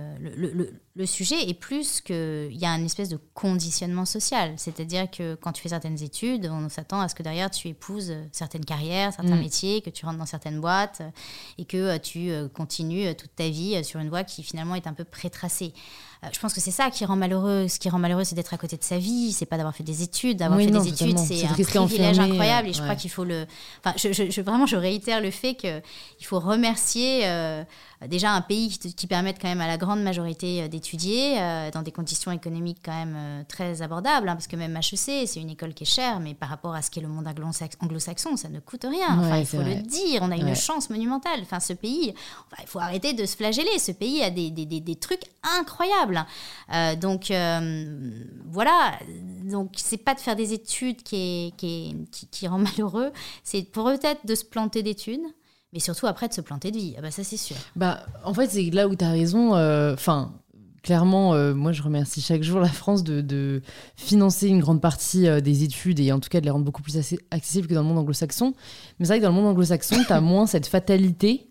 est plus qu'il y a une espèce de conditionnement social. C'est-à-dire que quand tu fais certaines études, on s'attend à ce que derrière tu épouses certaines carrières, certains métiers, que tu rentres dans certaines boîtes et que tu continues toute ta vie sur une voie qui finalement est un peu prétracée. Je pense que c'est ça qui rend malheureux. Ce qui rend malheureux, c'est d'être à côté de sa vie, c'est pas d'avoir fait des études. D'avoir fait des études, c'est un privilège incroyable. Et je crois qu'il faut Enfin, je réitère le fait qu'il faut remercier déjà un pays qui permette quand même à la grande majorité d'étudier dans des conditions économiques quand même très abordables, parce que même HEC, c'est une école qui est chère, mais par rapport à ce qu'est le monde anglo-saxon, ça ne coûte rien. Il faut le dire, on a une chance monumentale. Enfin, ce pays, il faut arrêter de se flageller. Ce pays a des trucs incroyables. Donc voilà, donc c'est pas de faire des études qui rend malheureux, c'est peut-être de se planter d'études, mais surtout après de se planter de vie. Ça c'est sûr. En fait c'est là où t'as raison. Clairement, moi je remercie chaque jour la France de financer une grande partie des études et en tout cas de les rendre beaucoup plus accessibles que dans le monde anglo-saxon. Mais c'est vrai que dans le monde anglo-saxon, t'as moins cette fatalité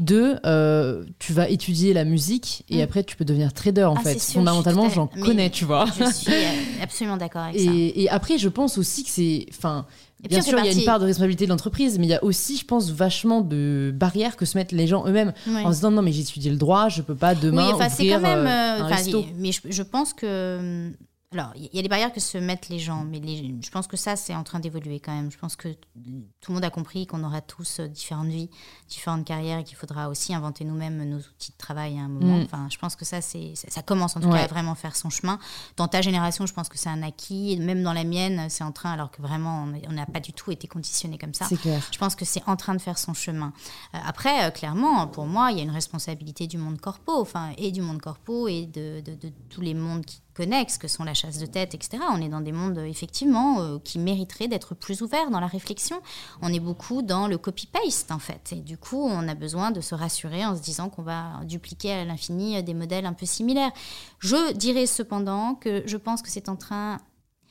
de tu vas étudier la musique et après tu peux devenir trader en fait. Sûr, fondamentalement, j'en connais, tu vois. Je suis absolument d'accord avec ça. Et après, je pense aussi que c'est... Bien sûr, il y a une part de responsabilité de l'entreprise, mais il y a aussi, je pense, vachement de barrières que se mettent les gens eux-mêmes en se disant non, mais j'ai étudié le droit, je peux pas demain ouvrir un resto. Mais je pense que Alors, il y a des barrières que se mettent les gens, mais je pense que ça, c'est en train d'évoluer quand même. Je pense que tout le monde a compris qu'on aura tous différentes vies, différentes carrières et qu'il faudra aussi inventer nous-mêmes nos outils de travail à un moment. Enfin, je pense que ça commence en tout cas à vraiment faire son chemin. Dans ta génération, je pense que c'est un acquis. Même dans la mienne, c'est en train, alors que vraiment, on n'a pas du tout été conditionné comme ça. C'est clair. Je pense que c'est en train de faire son chemin. Après, clairement, pour moi, il y a une responsabilité du monde corpo, et du monde corpo et de tous les mondes qui connexes, que sont la chasse de tête, etc. On est dans des mondes, effectivement, qui mériteraient d'être plus ouverts dans la réflexion. On est beaucoup dans le copy-paste, en fait. Et du coup, on a besoin de se rassurer en se disant qu'on va dupliquer à l'infini des modèles un peu similaires. Je dirais cependant que je pense que c'est en train,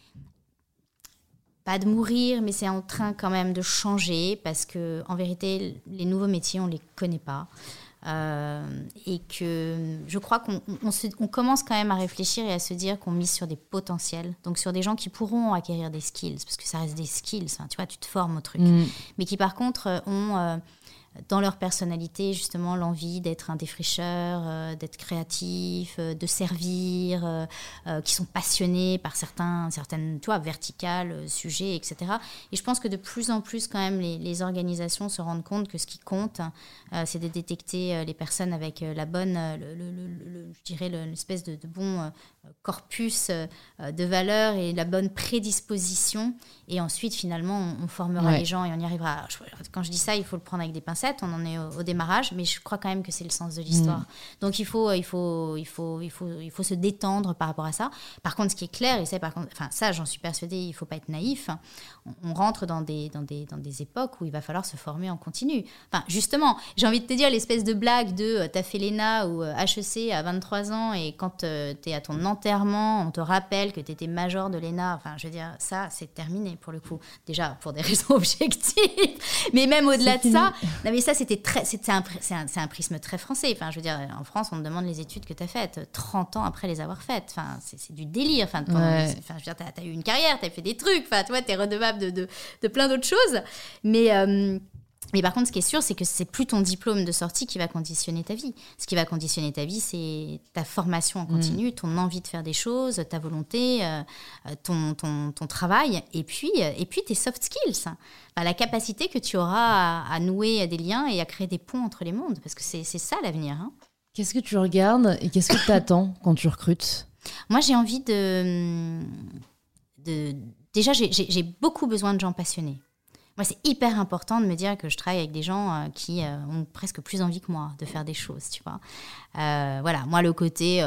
pas de mourir, mais c'est en train quand même de changer, parce que en vérité, les nouveaux métiers, on ne les connaît pas. Et que je crois qu'on commence quand même à réfléchir et à se dire qu'on mise sur des potentiels, donc sur des gens qui pourront acquérir des skills, parce que ça reste des skills, tu vois, tu te formes au truc, mais qui par contre ont dans leur personnalité justement l'envie d'être un défricheur, d'être créatif, de servir, qui sont passionnés par certaines, tu vois, verticales, sujets, etc. Et je pense que de plus en plus quand même les organisations se rendent compte que ce qui compte, c'est de détecter les personnes avec la bonne, je dirais l'espèce de bon corpus de valeurs et la bonne prédisposition, et ensuite finalement on formera les gens et on y arrivera. Quand je dis ça, il faut le prendre avec des pincettes, on en est au démarrage, mais je crois quand même que c'est le sens de l'histoire. Donc il faut se détendre par rapport à ça. Par contre, ce qui est clair, et ça j'en suis persuadée, il faut pas être naïf, on rentre dans des époques où il va falloir se former en continu. Enfin justement, j'ai envie de te dire l'espèce de blague de t'as fait l'ENA ou HEC à 23 ans et quand t'es à ton enterrement, on te rappelle que t'étais major de l'ENA. Enfin, je veux dire, ça, c'est terminé pour le coup. Déjà, pour des raisons objectives, mais même au-delà de ça. Non, mais ça, c'est un prisme très français. Enfin, je veux dire, en France, on te demande les études que t'as faites 30 ans après les avoir faites. Enfin, c'est du délire. Enfin, je veux dire, t'as eu une carrière, t'as fait des trucs. Enfin, tu vois, t'es redevable de plein d'autres choses. Mais par contre, ce qui est sûr, c'est que c'est plus ton diplôme de sortie qui va conditionner ta vie. Ce qui va conditionner ta vie, c'est ta formation en continu, ton envie de faire des choses, ta volonté, ton travail, et puis tes soft skills. Enfin, la capacité que tu auras à nouer des liens et à créer des ponts entre les mondes, parce que c'est ça l'avenir. Hein. Qu'est-ce que tu regardes et qu'est-ce que tu attends quand tu recrutes ? Moi, j'ai envie Déjà, j'ai beaucoup besoin de gens passionnés. Moi, c'est hyper important de me dire que je travaille avec des gens qui ont presque plus envie que moi de faire des choses, tu vois. Voilà, moi, le côté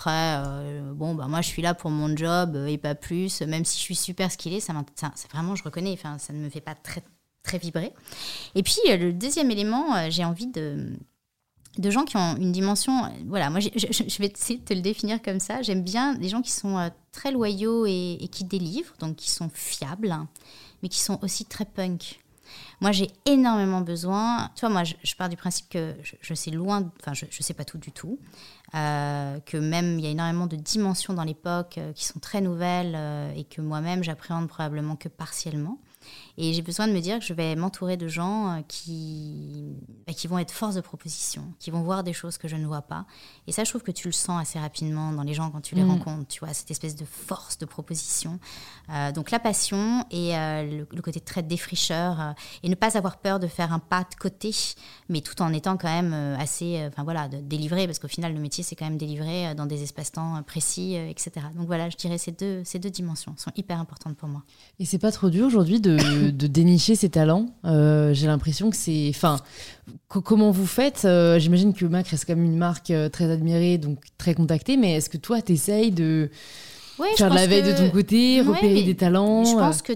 moi, je suis là pour mon job et pas plus. Même si je suis super skillée, ça vraiment, je reconnais, ça ne me fait pas très, très vibrer. Et puis, le deuxième élément, j'ai envie de gens qui ont une dimension... Voilà, moi, je vais essayer de te le définir comme ça. J'aime bien des gens qui sont très loyaux et qui délivrent, donc qui sont fiables, mais qui sont aussi très punk. Moi, j'ai énormément besoin... Tu vois, moi, je pars du principe que je sais loin... Enfin, je sais pas tout du tout. Que même, il y a énormément de dimensions dans l'époque qui sont très nouvelles et que moi-même, j'appréhende probablement que partiellement. Et j'ai besoin de me dire que je vais m'entourer de gens qui vont être force de proposition, qui vont voir des choses que je ne vois pas. Et ça, je trouve que tu le sens assez rapidement dans les gens quand tu les rencontres, tu vois, cette espèce de force de proposition. Donc la passion et le côté très défricheur et ne pas avoir peur de faire un pas de côté, mais tout en étant quand même assez, de délivrer, parce qu'au final, le métier, c'est quand même délivrer dans des espaces-temps précis, etc. Donc voilà, je dirais ces deux dimensions sont hyper importantes pour moi. Et c'est pas trop dur aujourd'hui de dénicher ses talents. J'ai l'impression que c'est... Enfin, comment vous faites ? J'imagine que Mac reste quand même une marque très admirée, donc très contactée, mais est-ce que toi, t'essayes de faire de la veille de ton côté, repérer des talents ? Je pense que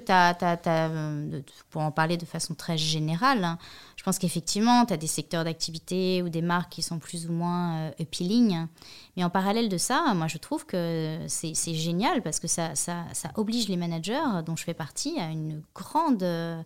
pour en parler de façon très générale, hein, je pense qu'effectivement, tu as des secteurs d'activité ou des marques qui sont plus ou moins appealing. Mais en parallèle de ça, moi, je trouve que c'est génial parce que ça oblige les managers, dont je fais partie, à une grande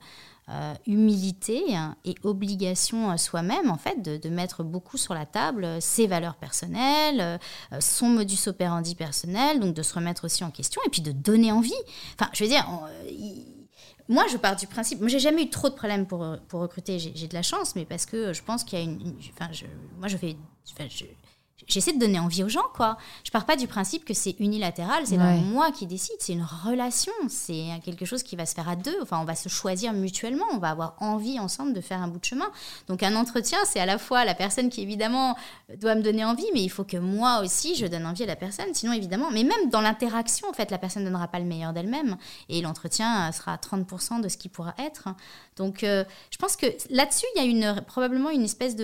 humilité et obligation à soi-même, en fait, de mettre beaucoup sur la table ses valeurs personnelles, son modus operandi personnel, donc de se remettre aussi en question et puis de donner envie. Enfin, je veux dire... Moi, je pars du principe... Moi, j'ai jamais eu trop de problèmes pour recruter. J'ai de la chance, mais parce que je pense qu'il y a j'essaie de donner envie aux gens, quoi. Je pars pas du principe que c'est unilatéral, c'est donc moi qui décide, c'est une relation, c'est quelque chose qui va se faire à deux, enfin on va se choisir mutuellement, on va avoir envie ensemble de faire un bout de chemin. Donc un entretien, c'est à la fois la personne qui évidemment doit me donner envie, mais il faut que moi aussi je donne envie à la personne, sinon évidemment, mais même dans l'interaction, en fait, la personne ne donnera pas le meilleur d'elle-même, et l'entretien sera à 30% de ce qui pourra être. Donc je pense que là-dessus, il y a probablement une espèce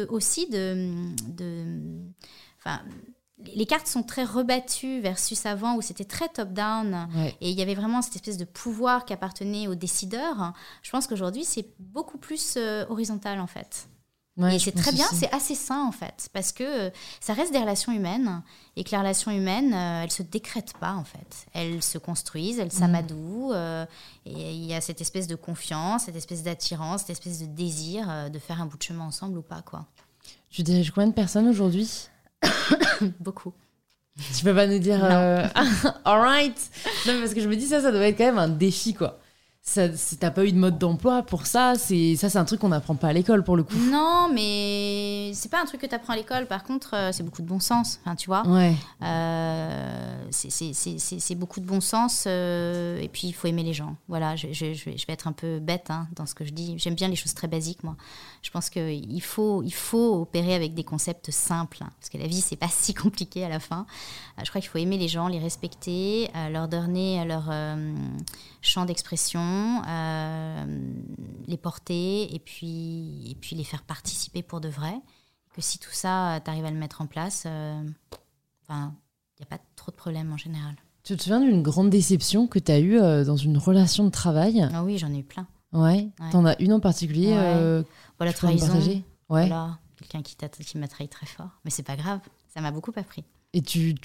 Enfin, les cartes sont très rebattues versus avant où c'était très top-down et il y avait vraiment cette espèce de pouvoir qui appartenait aux décideurs. Je pense qu'aujourd'hui, c'est beaucoup plus horizontal en fait. Et c'est très bien, c'est assez sain en fait, parce que ça reste des relations humaines et que les relations humaines, elles se décrètent pas en fait. Elles se construisent, elles s'amadouent et il y a cette espèce de confiance, cette espèce d'attirance, cette espèce de désir de faire un bout de chemin ensemble ou pas, quoi. Tu diriges combien de personnes aujourd'hui ? Beaucoup. Tu peux pas nous dire all right. Non, parce que je me dis ça doit être quand même un défi, quoi. Si t'as pas eu de mode d'emploi pour ça, c'est un truc qu'on n'apprend pas à l'école pour le coup. Non, mais c'est pas un truc que t'apprends à l'école. Par contre, c'est beaucoup de bon sens. Enfin, tu vois. C'est beaucoup de bon sens. Et puis il faut aimer les gens. Voilà, je vais être un peu bête dans ce que je dis. J'aime bien les choses très basiques, moi. Je pense qu'il faut opérer avec des concepts simples, parce que la vie c'est pas si compliqué à la fin. Je crois qu'il faut aimer les gens, les respecter, leur donner leur champ d'expression, les porter et puis les faire participer pour de vrai. Que si tout ça, tu arrives à le mettre en place, il n'y a pas trop de problèmes en général. Tu te souviens d'une grande déception que tu as eue dans une relation de travail ? Ah oui, j'en ai eu plein. Ouais. T'en as une en particulier la trahison. Voilà, quelqu'un qui m'a trahi très fort. Mais c'est pas grave, ça m'a beaucoup appris. Et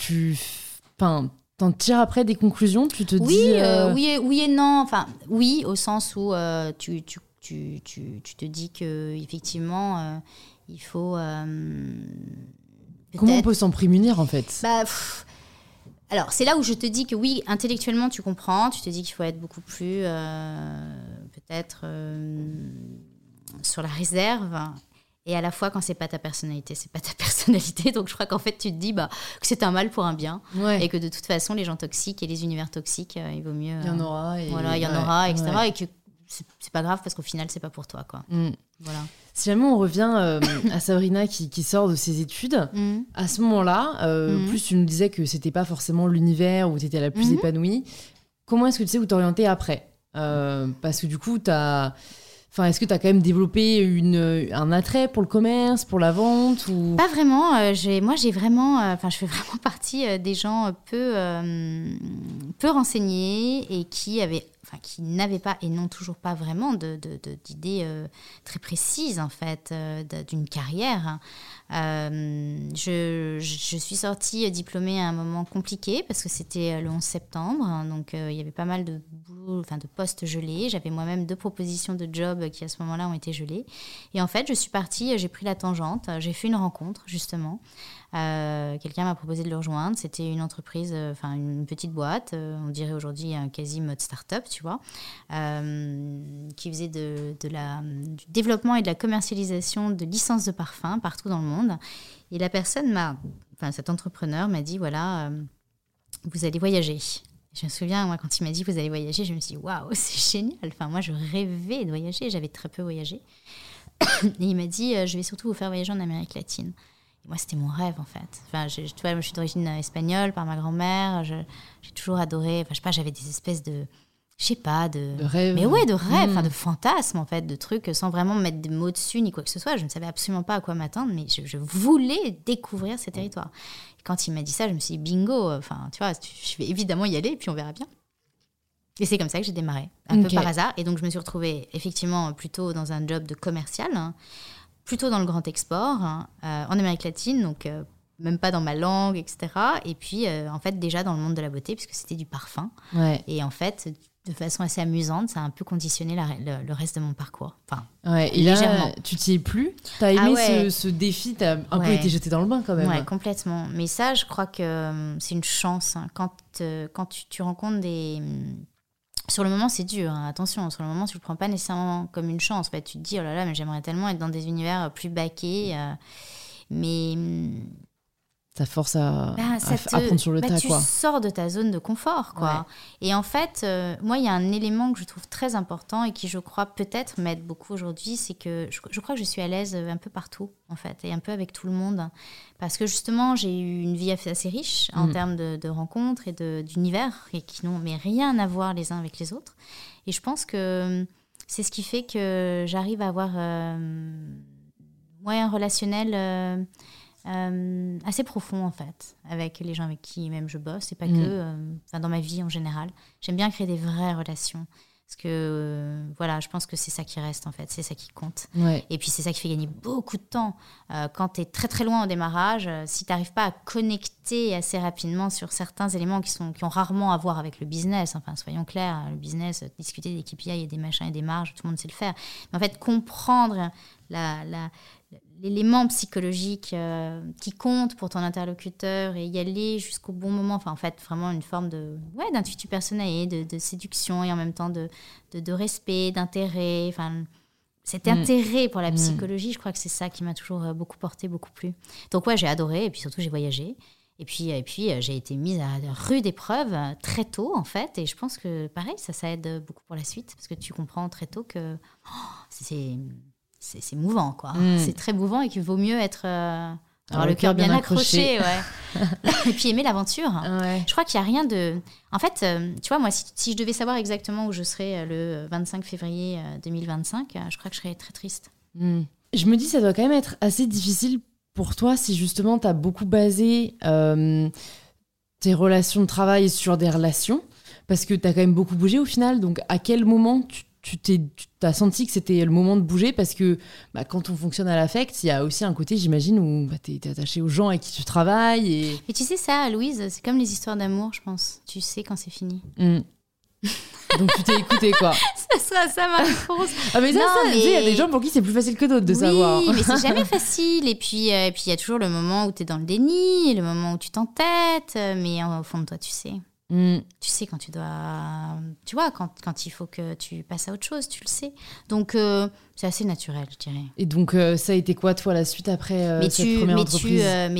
t'en tires après des conclusions ? Tu te dis... Oui et non. Enfin, oui, au sens où tu te dis qu'effectivement, il faut... Comment on peut s'en prémunir, en fait ? Alors, c'est là où je te dis que oui, intellectuellement, tu comprends. Tu te dis qu'il faut être beaucoup plus, peut-être, sur la réserve. Et à la fois, quand c'est pas ta personnalité, c'est pas ta personnalité. Donc, je crois qu'en fait, tu te dis que c'est un mal pour un bien. Et que de toute façon, les gens toxiques et les univers toxiques, il vaut mieux... Il y en aura. il y en aura, etc. Et que c'est pas grave parce qu'au final, c'est pas pour toi, quoi. Voilà. Si jamais on revient à Sabrina qui sort de ses études, à ce moment-là, plus tu nous disais que c'était pas forcément l'univers où tu étais la plus épanouie, comment est-ce que tu sais où t'orienter après ? Parce que du coup, est-ce que tu as quand même développé un attrait pour le commerce, pour la vente ou... Pas vraiment. Moi, j'ai vraiment... je fais vraiment partie des gens peu renseignés et qui n'avaient pas et n'ont toujours pas vraiment d'idées très précises, en fait, d'une carrière. Je suis sortie diplômée à un moment compliqué parce que c'était le 11 septembre. Donc, il y avait pas mal de boulot, de postes gelés. J'avais moi-même 2 propositions de job qui, à ce moment-là, ont été gelées. Et en fait, je suis partie, j'ai pris la tangente. J'ai fait une rencontre, justement. Quelqu'un m'a proposé de le rejoindre. C'était une entreprise, une petite boîte, on dirait aujourd'hui un quasi mode start-up, tu vois, qui faisait du développement et de la commercialisation de licences de parfums partout dans le monde. Et la personne cet entrepreneur m'a dit, voilà, vous allez voyager. Je me souviens, moi, quand il m'a dit vous allez voyager, je me suis dit waouh, c'est génial. Moi, je rêvais de voyager, j'avais très peu voyagé. Et il m'a dit je vais surtout vous faire voyager en Amérique latine. Et moi, c'était mon rêve, en fait. Je suis d'origine espagnole par ma grand-mère. J'ai toujours adoré. J'avais des espèces de rêve. Mais ouais, de rêve, de fantasmes, en fait, de trucs sans vraiment mettre des mots dessus ni quoi que ce soit. Je ne savais absolument pas à quoi m'attendre, mais je voulais découvrir ces territoires. Et quand il m'a dit ça, je me suis dit bingo. Tu vois, je vais évidemment y aller et puis on verra bien. Et c'est comme ça que j'ai démarré, un peu par hasard. Et donc, je me suis retrouvée effectivement plutôt dans un job de commercial, plutôt dans le grand export, en Amérique latine, donc même pas dans ma langue, etc. Et puis, en fait, déjà dans le monde de la beauté, puisque c'était du parfum. Ouais. Et en fait, de façon assez amusante, ça a un peu conditionné le reste de mon parcours. Et légèrement. Là, tu t'y es plus ? T'as aimé ce défi ? T'as un peu été jetée dans le bain quand même. Ouais, complètement. Mais ça, je crois que c'est une chance. Quand tu rencontres des... Sur le moment, c'est dur, attention. Sur le moment, tu le prends pas nécessairement comme une chance. En fait, tu te dis, oh là là, mais j'aimerais tellement être dans des univers plus baqués. Mais ça force à apprendre sur le tas, tu quoi. sors de ta zone de confort, quoi. Ouais. Et en fait, moi, il y a un élément que je trouve très important et qui, je crois, peut-être m'aide beaucoup aujourd'hui, c'est que je crois que je suis à l'aise un peu partout, en fait, et un peu avec tout le monde. Parce que, justement, j'ai eu une vie assez riche en termes de rencontres et d'univers et qui n'ont mais rien à voir les uns avec les autres. Et je pense que c'est ce qui fait que j'arrive à avoir un relationnel... assez profond en fait avec les gens avec qui même je bosse et pas que dans ma vie en général. J'aime bien créer des vraies relations parce que je pense que c'est ça qui reste en fait, c'est ça qui compte. Et puis c'est ça qui fait gagner beaucoup de temps quand tu es très très loin au démarrage. Si tu n'arrives pas à connecter assez rapidement sur certains éléments qui ont rarement à voir avec le business, enfin soyons clairs, le business, discuter des KPI et des machins et des marges, tout le monde sait le faire, mais en fait comprendre l'élément psychologique qui compte pour ton interlocuteur et y aller jusqu'au bon moment. Enfin, en fait, vraiment une forme d'intuition personnelle, de séduction et en même temps de respect, d'intérêt. Enfin, cet intérêt pour la psychologie, je crois que c'est ça qui m'a toujours beaucoup porté, beaucoup plu. Donc j'ai adoré et puis surtout, j'ai voyagé. Et puis j'ai été mise à rude épreuve très tôt, en fait. Et je pense que, pareil, ça aide beaucoup pour la suite parce que tu comprends très tôt que c'est mouvant, quoi. C'est très mouvant et qu'il vaut mieux avoir le cœur bien accroché. Et puis aimer l'aventure. Je crois qu'il n'y a rien de... En fait, tu vois, moi, si je devais savoir exactement où je serais le 25 février 2025, je crois que je serais très triste. Je me dis, ça doit quand même être assez difficile pour toi si justement tu as beaucoup basé tes relations de travail sur des relations, parce que tu as quand même beaucoup bougé au final. Donc, à quel moment tu t'as senti que c'était le moment de bouger parce que quand on fonctionne à l'affect, il y a aussi un côté, j'imagine, où t'es attaché aux gens avec qui tu travailles. Et tu sais ça, Louise, c'est comme les histoires d'amour, je pense. Tu sais quand c'est fini. Donc tu t'es écoutée, quoi. Ça sera ça ma réponse. Mais il y a des gens pour qui c'est plus facile que d'autres de savoir. Oui, mais c'est jamais facile. Et puis il y a toujours le moment où t'es dans le déni, le moment où tu t'entêtes, mais au fond de toi, tu sais. Tu sais quand tu dois... Tu vois, quand il faut que tu passes à autre chose, tu le sais. Donc, c'est assez naturel, je dirais. Et donc, ça a été quoi, toi, la suite après cette première entreprise ?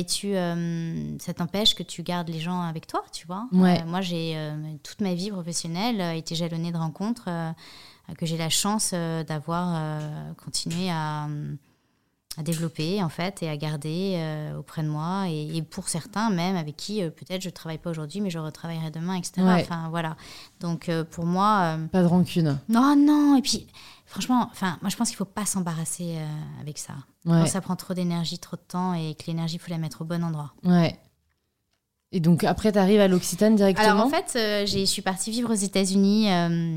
Ça t'empêche que tu gardes les gens avec toi, tu vois. Moi, j'ai toute ma vie professionnelle été jalonnée de rencontres que j'ai la chance d'avoir continué à développer en fait et à garder auprès de moi et pour certains même avec qui peut-être je ne travaille pas aujourd'hui mais je retravaillerai demain, etc. Enfin voilà, donc pour moi pas de rancune. Non, et puis franchement, moi je pense qu'il ne faut pas s'embarrasser avec ça. Quand ça prend trop d'énergie, trop de temps et que l'énergie il faut la mettre au bon endroit. Et donc après tu arrives à l'Occitane directement? Alors en fait je suis partie vivre aux États-Unis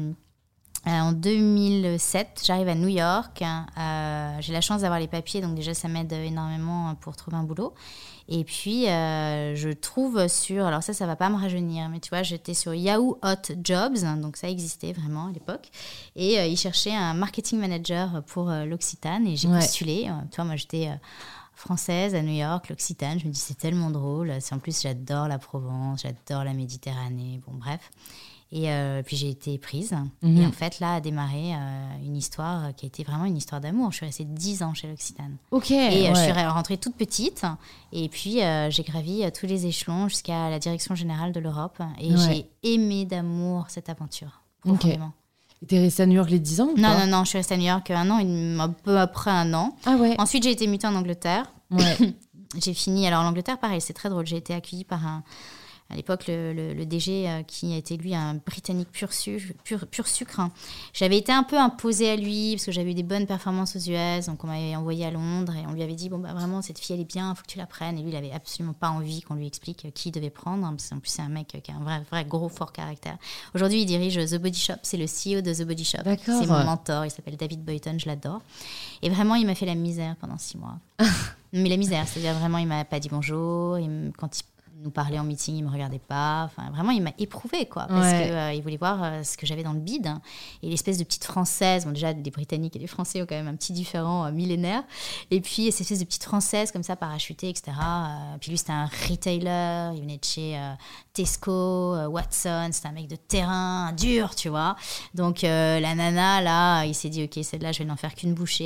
en 2007, j'arrive à New York. J'ai la chance d'avoir les papiers, donc déjà ça m'aide énormément pour trouver un boulot. Et puis je trouve sur, alors ça va pas me rajeunir, mais tu vois, j'étais sur Yahoo Hot Jobs, donc ça existait vraiment à l'époque. Et ils cherchaient un marketing manager pour l'Occitane et j'ai postulé. Tu vois, moi j'étais française à New York, l'Occitane. Je me dis c'est tellement drôle. En plus j'adore la Provence, j'adore la Méditerranée. Bon bref. Et puis j'ai été prise. Et en fait, là a démarré une histoire qui a été vraiment une histoire d'amour. Je suis restée 10 ans chez l'Occitane. Et je suis rentrée toute petite. Et puis j'ai gravi tous les échelons jusqu'à la direction générale de l'Europe. Et j'ai aimé d'amour cette aventure, profondément. Et t'es restée à New York les 10 ans ou pas ? Non, je suis restée à New York un peu après un an. Ensuite, j'ai été mutée en Angleterre. J'ai fini... Alors, en Angleterre, pareil, c'est très drôle. J'ai été accueillie par à l'époque, le DG qui a été, lui, un Britannique pur sucre. J'avais été un peu imposée à lui parce que j'avais eu des bonnes performances aux US. Donc, on m'avait envoyée à Londres et on lui avait dit, vraiment, cette fille, elle est bien, il faut que tu la prennes. Et lui, il n'avait absolument pas envie qu'on lui explique qui il devait prendre. Parce qu'en plus, c'est un mec qui a un vrai gros, fort caractère. Aujourd'hui, il dirige The Body Shop. C'est le CEO de The Body Shop. D'accord. C'est mon mentor. Il s'appelle David Boyton. Je l'adore. Et vraiment, il m'a fait la misère pendant 6 mois. Mais la misère, c'est-à-dire vraiment, il ne m'a pas dit bonjour. Quand il nous parlait en meeting, il me regardait pas. Enfin, vraiment, il m'a éprouvée, quoi, parce que il voulait voir ce que j'avais dans le bide. Et l'espèce de petite française, déjà, les Britanniques et les Français ont quand même un petit différent millénaire. Et puis, cette espèce de petite française comme ça, parachutée, etc. Puis lui, c'était un retailer. Il venait de chez Tesco, Watson. C'était un mec de terrain, dur, tu vois. Donc, la nana, là, il s'est dit, OK, celle-là, je vais n'en faire qu'une bouchée.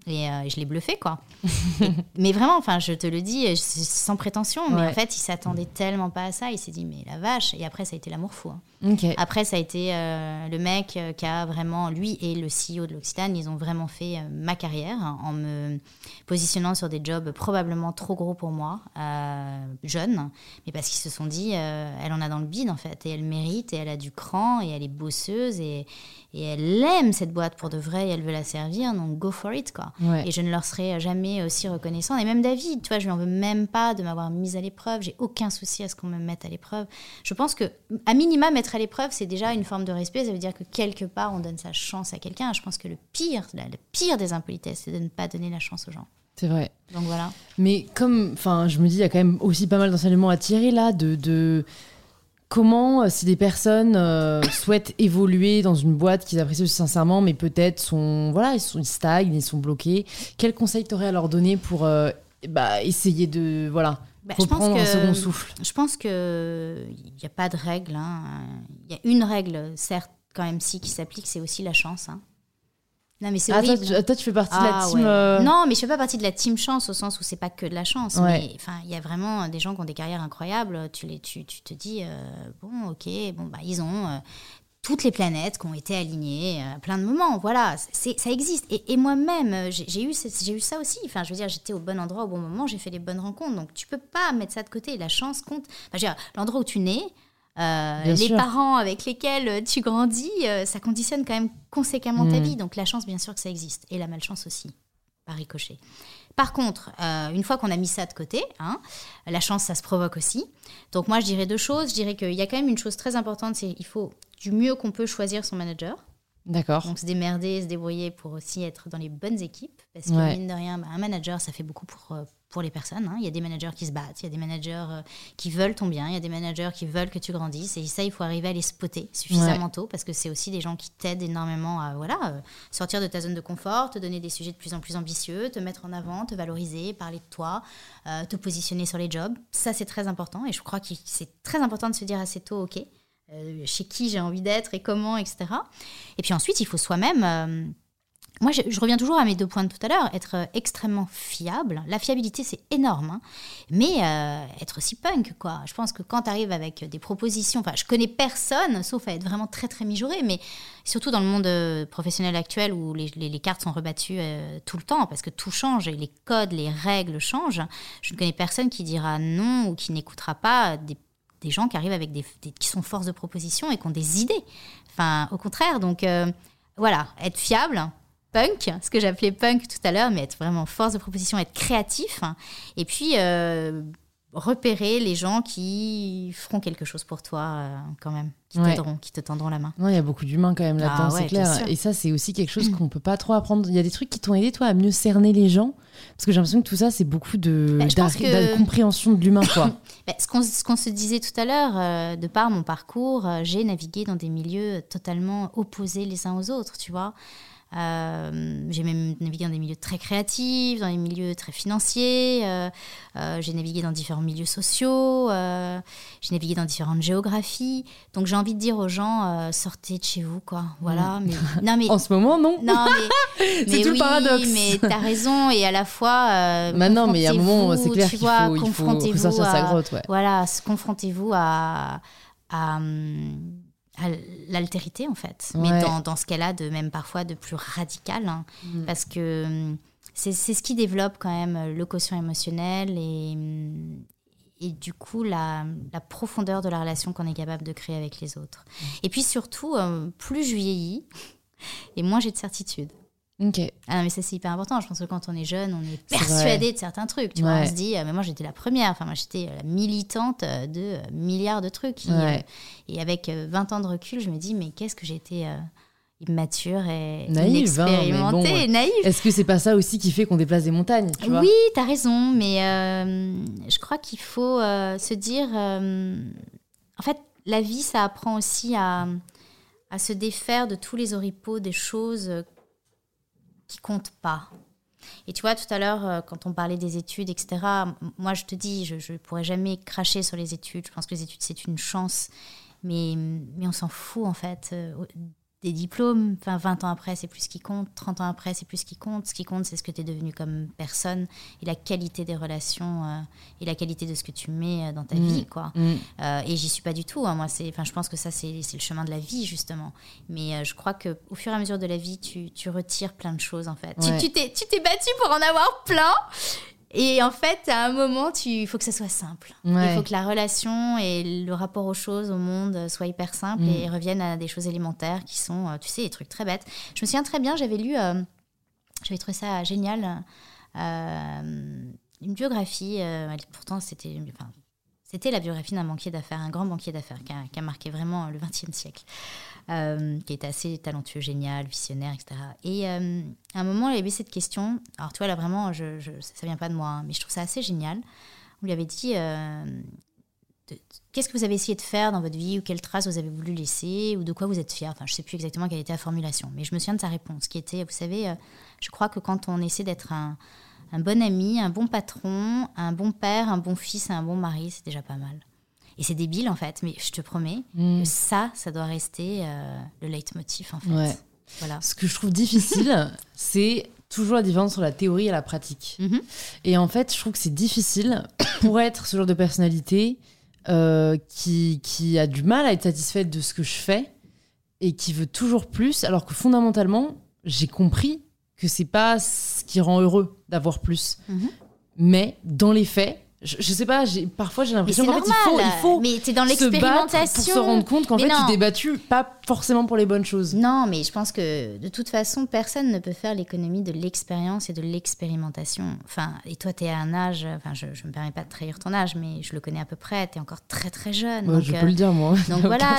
Et je l'ai bluffé, quoi. Mais vraiment, enfin, je te le dis, sans prétention, mais en fait, il s'attendait tellement pas à ça. Il s'est dit, mais la vache. Et après, ça a été l'amour fou. Hein. Okay. Après, ça a été le mec qui a vraiment, lui et le CEO de l'Occitane, ils ont vraiment fait ma carrière en me positionnant sur des jobs probablement trop gros pour moi, jeune. Mais parce qu'ils se sont dit, elle en a dans le bide, en fait. Et elle mérite, et elle a du cran, et elle est bosseuse, et elle aime cette boîte pour de vrai, et elle veut la servir. Donc, go for it, quoi. Ouais. Et je ne leur serai jamais aussi reconnaissant. Et même David, tu vois, je lui en veux même pas de m'avoir mise à l'épreuve. J'ai aucun souci à ce qu'on me mette à l'épreuve. Je pense que, à minima, mettre à l'épreuve, c'est déjà une forme de respect. Ça veut dire que quelque part, on donne sa chance à quelqu'un. Je pense que le pire des impolitesses, c'est de ne pas donner la chance aux gens. C'est vrai. Donc voilà. Mais comme, enfin, je me dis, il y a quand même aussi pas mal d'enseignements à tirer là de comment, si des personnes souhaitent évoluer dans une boîte qu'ils apprécient aussi sincèrement, mais peut-être ils stagnent, ils sont bloqués, quels conseils t'aurais à leur donner pour essayer de reprendre un second souffle? Je pense qu'il n'y a pas de règle. Il y a une règle, certes, quand même, qui s'applique, c'est aussi la chance. Hein. Non, mais c'est horrible. Toi, tu fais partie de la team... Non, mais je fais pas partie de la team chance, au sens où c'est pas que de la chance. Ouais. Mais il y a vraiment des gens qui ont des carrières incroyables. Tu te dis, ils ont toutes les planètes qui ont été alignées à plein de moments. Voilà, ça existe. Et moi-même, j'ai eu ça aussi. Enfin, je veux dire, j'étais au bon endroit au bon moment, j'ai fait les bonnes rencontres. Donc, tu peux pas mettre ça de côté. La chance compte. Enfin, je veux dire, l'endroit où tu nais... les parents avec lesquels tu grandis, ça conditionne quand même conséquemment ta vie. Donc la chance, bien sûr que ça existe. Et la malchance aussi, par ricochet. Par contre, une fois qu'on a mis ça de côté, la chance, ça se provoque aussi. Donc moi, je dirais deux choses. Je dirais qu'il y a quand même une chose très importante, c'est qu'il faut du mieux qu'on peut choisir son manager. D'accord. Donc se démerder, se débrouiller pour aussi être dans les bonnes équipes. Parce que mine de rien, un manager, ça fait beaucoup pour les personnes. Hein. Il y a des managers qui se battent, il y a des managers qui veulent ton bien, il y a des managers qui veulent que tu grandisses. Et ça, il faut arriver à les spotter suffisamment tôt, parce que c'est aussi des gens qui t'aident énormément à sortir de ta zone de confort, te donner des sujets de plus en plus ambitieux, te mettre en avant, te valoriser, parler de toi, te positionner sur les jobs. Ça, c'est très important. Et je crois que c'est très important de se dire assez tôt, OK, chez qui j'ai envie d'être et comment, etc. Et puis ensuite, il faut soi-même... Moi, je reviens toujours à mes 2 points de tout à l'heure. Être extrêmement fiable. La fiabilité, c'est énorme. Hein. Mais être aussi punk, quoi. Je pense que quand tu arrives avec des propositions... Enfin, je connais personne, sauf à être vraiment très, très mijauré. Mais surtout dans le monde professionnel actuel où les cartes sont rebattues tout le temps, parce que tout change et les codes, les règles changent. Je ne connais personne qui dira non ou qui n'écoutera pas des gens qui arrivent avec qui sont force de proposition et qui ont des idées. Enfin, au contraire. Donc, être fiable... punk, ce que j'appelais punk tout à l'heure, mais être vraiment force de proposition, être créatif, et puis repérer les gens qui feront quelque chose pour toi quand même, qui t'aideront, qui te tendront la main. Non, il y a beaucoup d'humains quand même là-dedans, c'est clair. Et ça, c'est aussi quelque chose qu'on peut pas trop apprendre. Il y a des trucs qui t'ont aidé, toi, à mieux cerner les gens, parce que j'ai l'impression que tout ça, c'est beaucoup de compréhension de l'humain, quoi. Ce qu'on se disait tout à l'heure, de par mon parcours, j'ai navigué dans des milieux totalement opposés les uns aux autres, tu vois. J'ai même navigué dans des milieux très créatifs, dans des milieux très financiers, j'ai navigué dans différents milieux sociaux, j'ai navigué dans différentes géographies. Donc j'ai envie de dire aux gens, sortez de chez vous, quoi. Voilà. Mais en ce moment, non. Non, mais c'est tout le paradoxe. Mais t'as raison, et à la fois. Non, mais il y a un moment, c'est clair qu'il faut sortir sa grotte. Ouais. Voilà, confrontez-vous à l'altérité, en fait, mais dans ce qu'elle a de même parfois de plus radical, hein, parce que c'est ce qui développe quand même le quotient émotionnel et du coup la profondeur de la relation qu'on est capable de créer avec les autres. Et puis surtout, plus je vieillis et moins j'ai de certitude. Okay. Ah non, mais ça, c'est hyper important. Je pense que quand on est jeune, on est persuadé de certains trucs. Tu vois, on se dit, mais moi, j'étais la première. Enfin, moi, j'étais la militante de milliards de trucs. Et avec 20 ans de recul, je me dis, mais qu'est-ce que j'étais immature et inexpérimentée, naïve. Est-ce que c'est pas ça aussi qui fait qu'on déplace des montagnes, tu vois ? Oui, t'as raison. Mais je crois qu'il faut se dire... en fait, la vie, ça apprend aussi à se défaire de tous les oripeaux, des choses... qui comptent pas. Et tu vois, tout à l'heure, quand on parlait des études, etc., moi, je te dis, je ne pourrais jamais cracher sur les études. Je pense que les études, c'est une chance. Mais on s'en fout, en fait. des diplômes. Enfin, 20 ans après, c'est plus ce qui compte. 30 ans après, c'est plus ce qui compte. Ce qui compte, c'est ce que tu es devenu comme personne et la qualité des relations et la qualité de ce que tu mets dans ta vie, quoi. Et j'y suis pas du tout. Hein. Moi, je pense que ça, c'est le chemin de la vie, justement. Mais je crois qu'au fur et à mesure de la vie, tu retires plein de choses, en fait. Ouais. Tu t'es battu pour en avoir plein. Et en fait, à un moment, il faut que ça soit simple. Ouais. Il faut que la relation et le rapport aux choses, au monde, soient hyper simples et reviennent à des choses élémentaires qui sont, tu sais, des trucs très bêtes. Je me souviens très bien, j'avais trouvé ça génial, une biographie. Pourtant, c'était la biographie d'un banquier d'affaires, un grand banquier d'affaires qui a marqué vraiment le XXe siècle. Qui était assez talentueux, génial, visionnaire, etc. Et à un moment, il y avait cette question. Alors, toi, là, vraiment, ça ne vient pas de moi, hein, mais je trouve ça assez génial. On lui avait dit qu'est-ce que vous avez essayé de faire dans votre vie ou quelles traces vous avez voulu laisser ou de quoi vous êtes fier. Enfin, je ne sais plus exactement quelle était la formulation, mais je me souviens de sa réponse qui était, vous savez, je crois que quand on essaie d'être un bon ami, un bon patron, un bon père, un bon fils et un bon mari, c'est déjà pas mal. Et c'est débile, en fait, mais je te promets que ça doit rester le leitmotiv, en fait. Ouais. Voilà. Ce que je trouve difficile, c'est toujours la différence entre la théorie et la pratique. Et en fait, je trouve que c'est difficile pour être ce genre de personnalité qui a du mal à être satisfaite de ce que je fais et qui veut toujours plus, alors que fondamentalement, j'ai compris que c'est pas ce qui rend heureux d'avoir plus. Mais dans les faits, je sais pas, parfois j'ai l'impression qu'en fait il faut mais t'es dans l'expérimentation pour se rendre compte qu'en fait tu t'es battu pas forcément pour les bonnes choses. Non, mais je pense que de toute façon personne ne peut faire l'économie de l'expérience et de l'expérimentation. Enfin, et toi t'es à un âge, enfin je me permets pas de trahir ton âge, mais je le connais à peu près, t'es encore très très jeune. Donc, je peux le dire moi. Donc voilà,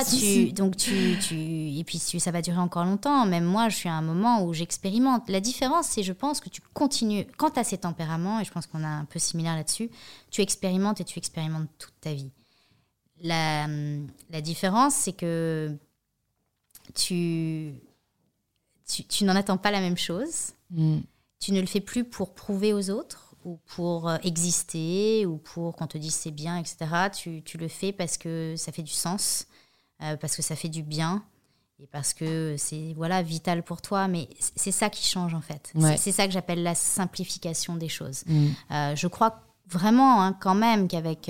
et puis ça va durer encore longtemps. Même moi, je suis à un moment où j'expérimente. La différence, c'est je pense que tu continues quand t'as ces tempéraments, et je pense qu'on a un peu similaire là-dessus. Tu expérimentes et tu expérimentes toute ta vie. La différence, c'est que tu n'en attends pas la même chose. Tu ne le fais plus pour prouver aux autres ou pour exister ou pour qu'on te dise c'est bien, etc. Tu le fais parce que ça fait du sens, parce que ça fait du bien et parce que c'est vital pour toi. Mais c'est ça qui change, en fait. Ouais. C'est ça que j'appelle la simplification des choses. Je crois vraiment, hein, quand même, qu'avec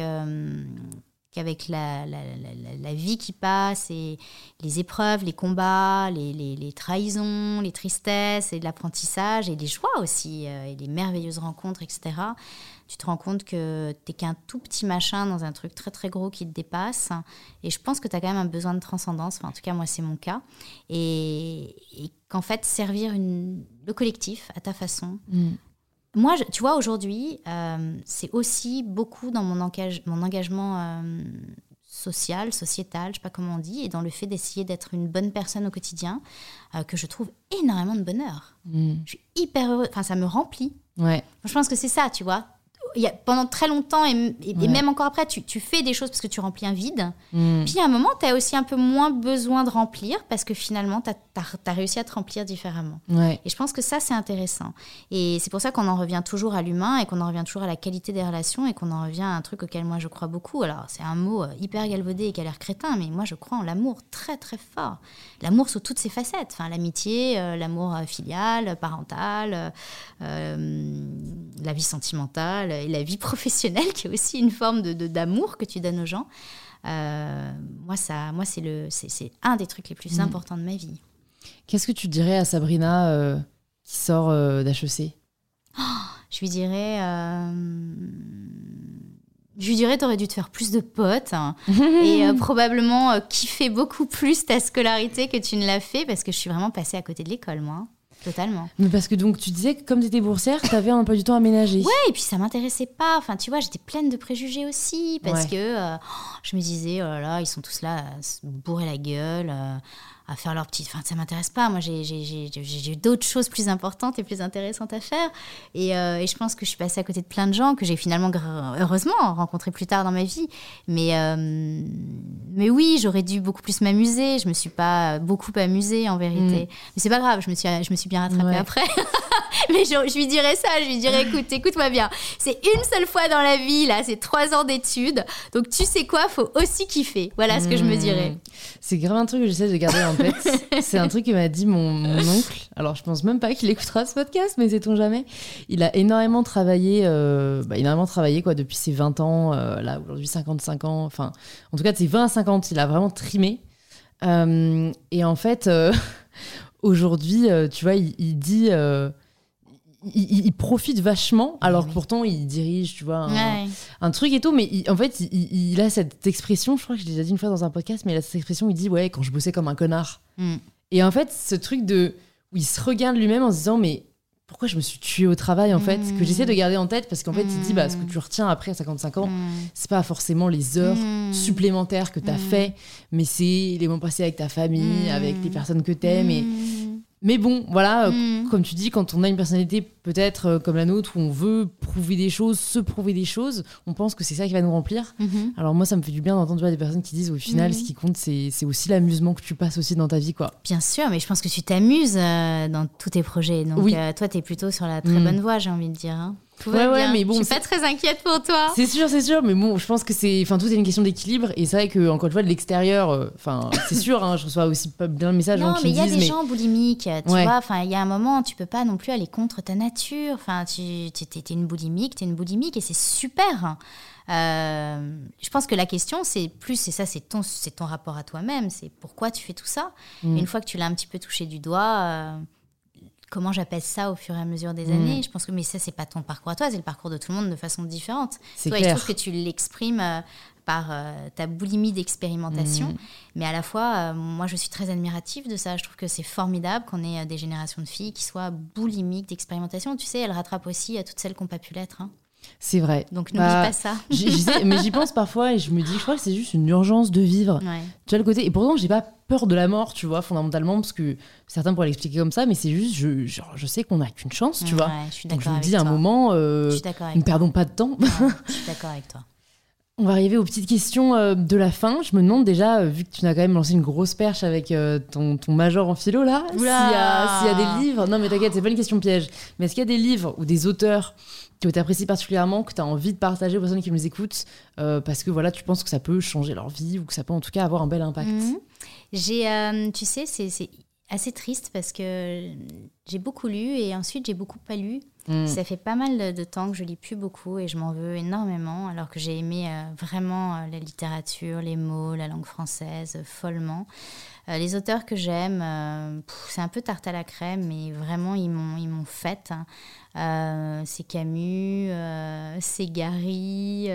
la vie qui passe et les épreuves, les combats, les trahisons, les tristesses et l'apprentissage et les joies aussi, et les merveilleuses rencontres, etc., tu te rends compte que t'es qu'un tout petit machin dans un truc très très gros qui te dépasse. Et je pense que t'as quand même un besoin de transcendance. Enfin, en tout cas, moi, c'est mon cas. Et qu'en fait, servir le collectif à ta façon... Moi, tu vois, aujourd'hui, c'est aussi beaucoup dans mon engagement social, sociétal, je ne sais pas comment on dit, et dans le fait d'essayer d'être une bonne personne au quotidien, que je trouve énormément de bonheur. Je suis hyper heureuse, enfin, ça me remplit. Ouais. Je pense que c'est ça, tu vois. Pendant très longtemps, et même encore après, tu fais des choses parce que tu remplis un vide. Puis à un moment, tu as aussi un peu moins besoin de remplir parce que finalement, tu as réussi à te remplir différemment. Ouais. Et je pense que ça, c'est intéressant. Et c'est pour ça qu'on en revient toujours à l'humain et qu'on en revient toujours à la qualité des relations et qu'on en revient à un truc auquel moi, je crois beaucoup. Alors, c'est un mot hyper galvaudé et qui a l'air crétin, mais moi, je crois en l'amour très, très fort. L'amour sous toutes ses facettes. Enfin, l'amitié, l'amour filial, parental, la vie sentimentale et la vie professionnelle qui est aussi une forme d'amour que tu donnes aux gens. Moi, c'est un des trucs les plus importants de ma vie. Qu'est-ce que tu dirais à Sabrina qui sort d'HEC ? Je lui dirais, t'aurais dû te faire plus de potes et probablement kiffer beaucoup plus ta scolarité que tu ne l'as fait, parce que je suis vraiment passée à côté de l'école, moi. Totalement. Mais parce que donc tu disais que comme tu étais boursière, tu avais un emploi du temps aménagé. Ouais, et puis ça m'intéressait pas. Enfin, tu vois, j'étais pleine de préjugés aussi parce que je me disais, oh là là, ils sont tous là à se bourrer la gueule, à faire leur petite... Enfin, ça m'intéresse pas. Moi, j'ai d'autres choses plus importantes et plus intéressantes à faire. Et je pense que je suis passée à côté de plein de gens que j'ai finalement, heureusement, rencontrés plus tard dans ma vie. Mais Mais oui, j'aurais dû beaucoup plus m'amuser. Je me suis pas beaucoup amusée en vérité. Mais c'est pas grave, je me suis bien rattrapée après. Mais je lui dirais ça, je lui dirais écoute-moi bien. C'est une seule fois dans la vie, là, c'est 3 ans d'études. Donc tu sais quoi, faut aussi kiffer. Voilà ce que je me dirais. C'est grave un truc que j'essaie de garder en tête. C'est un truc que m'a dit mon oncle. Alors je pense même pas qu'il écoutera ce podcast, mais sait-on jamais. Il a énormément travaillé, quoi, depuis ses 20 ans, là aujourd'hui 55 ans. Enfin, en tout cas de ses 20 à 50, il a vraiment trimé. Et en fait, aujourd'hui, tu vois, il dit... Il profite vachement, alors que pourtant il dirige, tu vois, un truc et tout, mais en fait il a cette expression, je crois que je l'ai déjà dit une fois dans un podcast, mais il a cette expression, il dit ouais, quand je bossais comme un connard. Et en fait ce truc où il se regarde lui-même en se disant mais pourquoi je me suis tuée au travail en fait, que j'essaie de garder en tête, parce qu'en fait il dit ce que tu retiens après 55 ans, c'est pas forcément les heures supplémentaires que t'as fait, mais c'est les moments passés avec ta famille, avec les personnes que t'aimes. Mais bon, voilà, comme tu dis, quand on a une personnalité peut-être comme la nôtre, où on veut prouver des choses, se prouver des choses, on pense que c'est ça qui va nous remplir. Alors moi, ça me fait du bien d'entendre des personnes qui disent au final, ce qui compte, c'est aussi l'amusement que tu passes aussi dans ta vie, quoi. Bien sûr, mais je pense que tu t'amuses dans tous tes projets. Donc toi, t'es plutôt sur la très bonne voie, j'ai envie de dire. Hein. Tout va bien. Mais bon, je suis pas très inquiète pour toi. C'est sûr, mais bon, je pense que tout est une question d'équilibre, et c'est vrai que encore une fois de l'extérieur, c'est sûr, hein, je reçois aussi pas bien le message. Non, qui mais il y a des disent, gens boulimiques, tu vois. Enfin, il y a un moment, tu peux pas non plus aller contre ta nature. Enfin, t'es une boulimique, et c'est super. Je pense que la question, c'est ton rapport à toi-même, c'est pourquoi tu fais tout ça. Une fois que tu l'as un petit peu touché du doigt. Comment j'appelle ça au fur et à mesure des années. Je pense que ça, c'est pas ton parcours à toi, c'est le parcours de tout le monde de façon différente. C'est toi, clair. Je trouve que tu l'exprimes par ta boulimie d'expérimentation. Mais à la fois, moi, je suis très admirative de ça. Je trouve que c'est formidable qu'on ait des générations de filles qui soient boulimiques d'expérimentation. Tu sais, elles rattrapent aussi toutes celles qui n'ont pas pu l'être. Hein. C'est vrai. Donc n'oublie pas ça. Mais j'y pense parfois et je me dis, je crois que c'est juste une urgence de vivre. Tu vois le côté. Et pourtant, j'ai pas peur de la mort, tu vois, fondamentalement, parce que certains pourraient l'expliquer comme ça, mais c'est juste, je sais qu'on n'a qu'une chance, tu vois. Je suis donc d'accord je me dis à un moment, ne perdons pas de temps. Je suis d'accord avec toi. On va arriver aux petites questions de la fin. Je me demande déjà, vu que tu as quand même lancé une grosse perche avec ton major en philo, là, s'il y a des livres... Non, mais t'inquiète, c'est pas une question piège. Mais est-ce qu'il y a des livres ou des auteurs que tu apprécies particulièrement, que tu as envie de partager aux personnes qui nous écoutent, parce que voilà, tu penses que ça peut changer leur vie ou que ça peut en tout cas avoir un bel impact? Tu sais, c'est assez triste parce que j'ai beaucoup lu et ensuite j'ai beaucoup pas lu. Ça fait pas mal de temps que je lis plus beaucoup et je m'en veux énormément, alors que j'ai aimé vraiment la littérature, les mots, la langue française, follement. Les auteurs que j'aime, c'est un peu tarte à la crème, mais vraiment ils m'ont faite. C'est Camus, c'est Gary,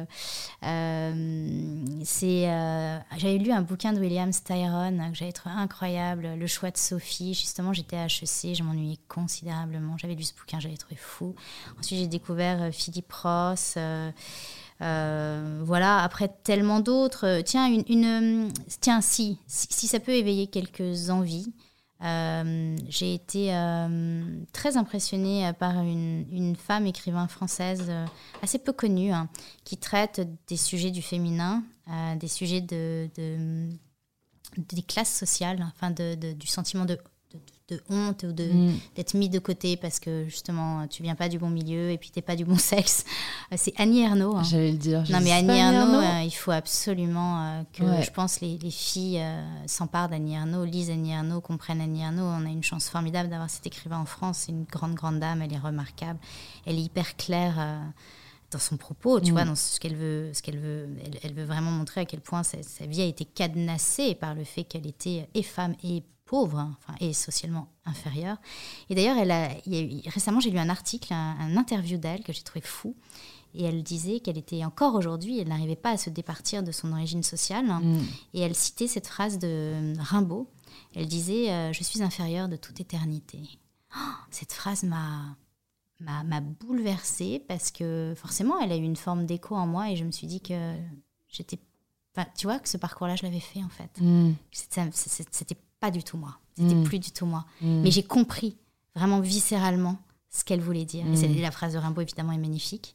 j'avais lu un bouquin de William Styron que j'avais trouvé incroyable, Le choix de Sophie. Justement, j'étais à HEC, je m'ennuyais considérablement. J'avais lu ce bouquin, j'avais trouvé fou. Ensuite, j'ai découvert Philippe Ross. Voilà, après tellement d'autres. Tiens, si ça peut éveiller quelques envies. J'ai été très impressionnée par une femme écrivain française assez peu connue, qui traite des sujets du féminin, des sujets des classes sociales, enfin du sentiment de honte ou d'être mis de côté parce que justement tu viens pas du bon milieu et puis t'es pas du bon sexe. C'est Annie Ernaux. J'allais le dire. Non mais Annie Ernaux, il faut absolument que je pense les filles s'emparent d'Annie Ernaux, lisent Annie Ernaux, comprennent Annie Ernaux. On a une chance formidable d'avoir cet écrivain en France. C'est une grande dame, elle est remarquable, elle est hyper claire dans son propos, tu vois, dans ce qu'elle veut. Elle veut vraiment montrer à quel point sa vie a été cadenassée par le fait qu'elle était et femme et pauvre, et socialement inférieure. Et d'ailleurs, récemment, j'ai lu un article, un interview d'elle que j'ai trouvé fou. Et elle disait qu'elle était encore aujourd'hui, elle n'arrivait pas à se départir de son origine sociale. Et elle citait cette phrase de Rimbaud. Elle disait « Je suis inférieure de toute éternité ». Cette phrase m'a bouleversée parce que forcément, elle a eu une forme d'écho en moi et je me suis dit que j'étais... Enfin, tu vois, que ce parcours-là, je l'avais fait en fait. C'était pas du tout moi. C'était plus du tout moi. Mais j'ai compris vraiment viscéralement ce qu'elle voulait dire. Et la phrase de Rimbaud, évidemment, est magnifique.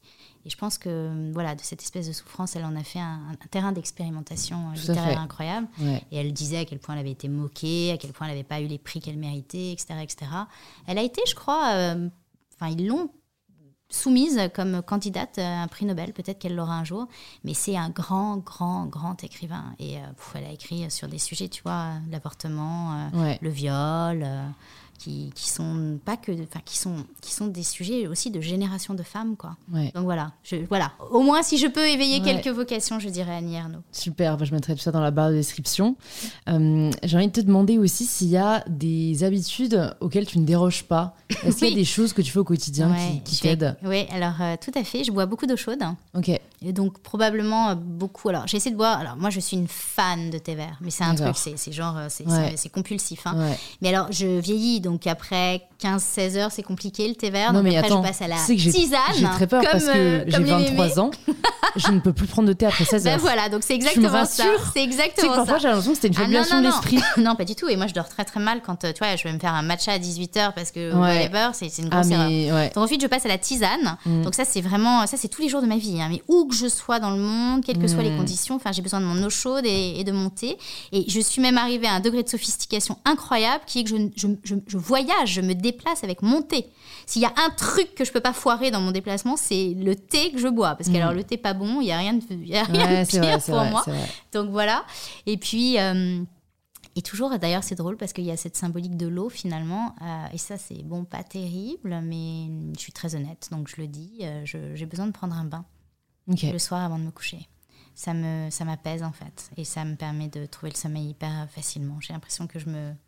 je pense que voilà, de cette espèce de souffrance, elle en a fait un terrain d'expérimentation littéraire incroyable. Ouais. Et elle disait à quel point elle avait été moquée, à quel point elle n'avait pas eu les prix qu'elle méritait, etc. etc. Elle a été, je crois, ils l'ont soumise comme candidate à un prix Nobel. Peut-être qu'elle l'aura un jour. Mais c'est un grand, grand, grand écrivain. Et elle a écrit sur des sujets, tu vois, l'avortement, le viol... qui sont pas que, qui sont des sujets aussi de génération de femmes, quoi. Ouais. Donc voilà, au moins si je peux éveiller quelques vocations, je dirais Annie Ernaux. Super, je mettrai tout ça dans la barre de description. J'ai envie de te demander aussi s'il y a des habitudes auxquelles tu ne déroges pas. Est-ce qu'il y a des choses que tu fais au quotidien qui t'aident ? Oui, alors tout à fait, je bois beaucoup d'eau chaude. Ok. Et donc probablement beaucoup. Alors j'essaie de boire. Alors moi je suis une fan de thé vert, mais c'est un truc, c'est genre c'est compulsif. Hein. Ouais. Mais alors je vieillis, donc après 15-16 heures c'est compliqué le thé vert. Non, donc mais après attends, je passe à la tisane. J'ai très peur parce que j'ai 23 ans. Je ne peux plus prendre de thé après 16 heures. Ben voilà, donc c'est exactement ça. C'est exactement ça. Parfois j'ai l'impression que c'était une fabulation de l'esprit. Non, pas du tout. Et moi je dors très très mal quand tu vois, je vais me faire un matcha à 18h parce que whatever, c'est une grosse erreur. Ouais. Donc ensuite je passe à la tisane. Donc ça c'est vraiment, ça c'est tous les jours de ma vie. Hein. Mais où que je sois dans le monde, quelles que soient les conditions, enfin j'ai besoin de mon eau chaude et de mon thé. Et je suis même arrivée à un degré de sophistication incroyable qui est que je voyage, je me déplace avec mon thé. S'il y a un truc que je peux pas foirer dans mon déplacement, c'est le thé que je bois. Parce que alors le thé pas bon, il y a rien de pire pour moi. Donc voilà. Et puis et toujours, d'ailleurs, c'est drôle parce qu'il y a cette symbolique de l'eau finalement. Et ça, c'est bon, pas terrible, mais je suis très honnête. Donc je le dis, j'ai besoin de prendre un bain le soir avant de me coucher. Ça m'apaise en fait. Et ça me permet de trouver le sommeil hyper facilement. J'ai l'impression que je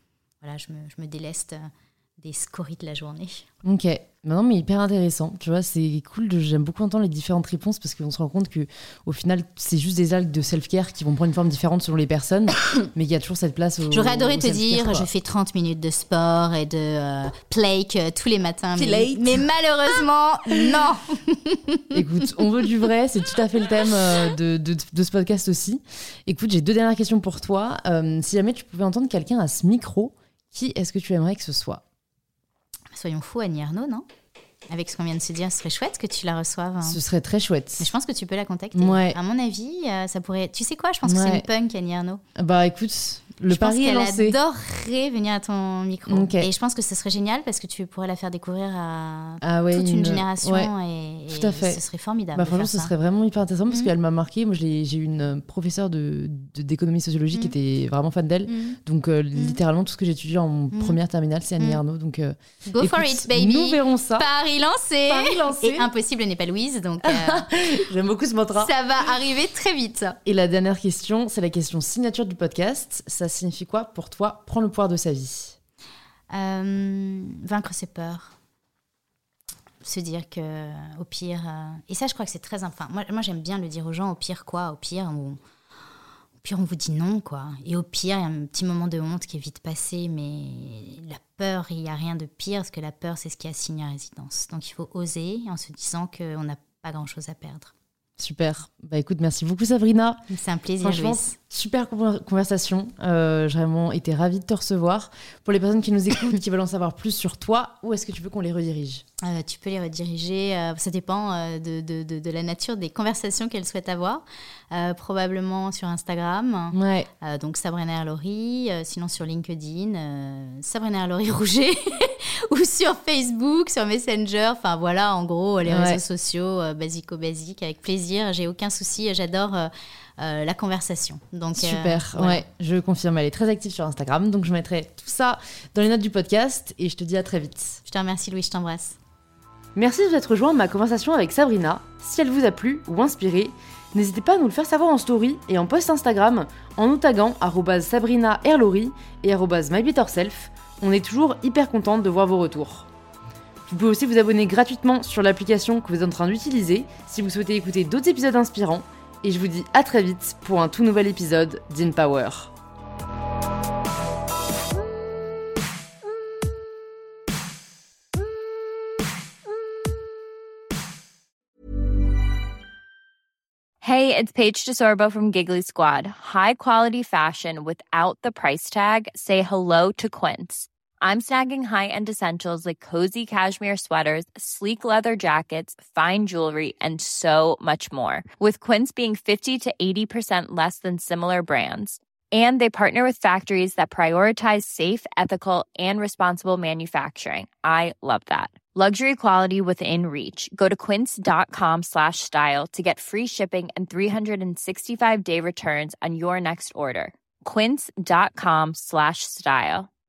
me déleste des scories de la journée. Ok, non mais hyper intéressant, tu vois, c'est cool, j'aime beaucoup entendre les différentes réponses parce qu'on se rend compte qu'au final c'est juste des actes de self-care qui vont prendre une forme différente selon les personnes, mais qu'il y a toujours cette place au J'aurais adoré te dire, quoi. Je fais 30 minutes de sport et de plank tous les matins, mais malheureusement, non. Écoute, on veut du vrai, c'est tout à fait le thème de ce podcast aussi. Écoute, j'ai 2 dernières questions pour toi. Si jamais tu pouvais entendre quelqu'un à ce micro, qui est-ce que tu aimerais que ce soit ? Soyons fous, Annie Ernaux, non ? Avec ce qu'on vient de se dire, ce serait chouette que tu la reçoives. Hein. Ce serait très chouette. Mais je pense que tu peux la contacter. Ouais. À mon avis, ça pourrait... Tu sais quoi ? Je pense que c'est une punk, Annie Ernaux. Bah écoute, le pari est lancé. Je pense qu'elle adorerait venir à ton micro. Okay. Et je pense que ce serait génial parce que tu pourrais la faire découvrir à toute une génération. Et tout à fait. Ce serait formidable. Bah, franchement, ce serait vraiment hyper intéressant parce qu'elle m'a marqué. Moi, j'ai eu une professeure d'économie sociologique qui était vraiment fan d'elle. Donc, littéralement, tout ce que j'ai étudié en première terminale, c'est Annie Ernaux. Donc, go for it, baby. Nous verrons ça. Paris lancé. Et impossible n'est pas Louise. Donc, j'aime beaucoup ce mantra. Ça va arriver très vite. Et la dernière question, c'est la question signature du podcast. Ça signifie quoi pour toi, prendre le pouvoir de sa vie ? Vaincre ses peurs. Se dire que au pire... Et ça, je crois que c'est très... Enfin, moi, j'aime bien le dire aux gens, au pire quoi ? Au pire, on vous dit non, quoi. Et au pire, il y a un petit moment de honte qui est vite passé, mais la peur, il n'y a rien de pire, parce que la peur, c'est ce qui assigne à résidence. Donc, il faut oser en se disant qu'on n'a pas grand-chose à perdre. Super. Bah écoute, merci beaucoup Sabrina. C'est un plaisir, franchement, super conversation. J'ai vraiment été ravie de te recevoir. Pour les personnes qui nous écoutent, qui veulent en savoir plus sur toi, où est-ce que tu veux qu'on les redirige ? Tu peux les rediriger, ça dépend de la nature des conversations qu'elles souhaitent avoir. Probablement sur Instagram, donc Sabrina Erlori, sinon sur LinkedIn, Sabrina Erlori Rouget, ou sur Facebook, sur Messenger, enfin voilà, en gros, les réseaux sociaux, basico-basique, avec plaisir, j'ai aucun souci, j'adore la conversation. Donc, super, voilà. Je confirme, elle est très active sur Instagram, donc je mettrai tout ça dans les notes du podcast et je te dis à très vite. Je te remercie Louis, je t'embrasse. Merci de vous être rejoint à ma conversation avec Sabrina. Si elle vous a plu ou inspiré, n'hésitez pas à nous le faire savoir en story et en post Instagram en nous taguant @SabrinaErlori et @MyBetterSelf. On est toujours hyper contente de voir vos retours. Vous pouvez aussi vous abonner gratuitement sur l'application que vous êtes en train d'utiliser si vous souhaitez écouter d'autres épisodes inspirants. Et je vous dis à très vite pour un tout nouvel épisode d'InPower. Hey, it's Paige DeSorbo from Giggly Squad. High quality fashion without the price tag. Say hello to Quince. I'm snagging high-end essentials like cozy cashmere sweaters, sleek leather jackets, fine jewelry, and so much more. With Quince being 50 to 80% less than similar brands. And they partner with factories that prioritize safe, ethical, and responsible manufacturing. I love that. Luxury quality within reach. Go to quince.com/style to get free shipping and 365-day returns on your next order. Quince.com/style.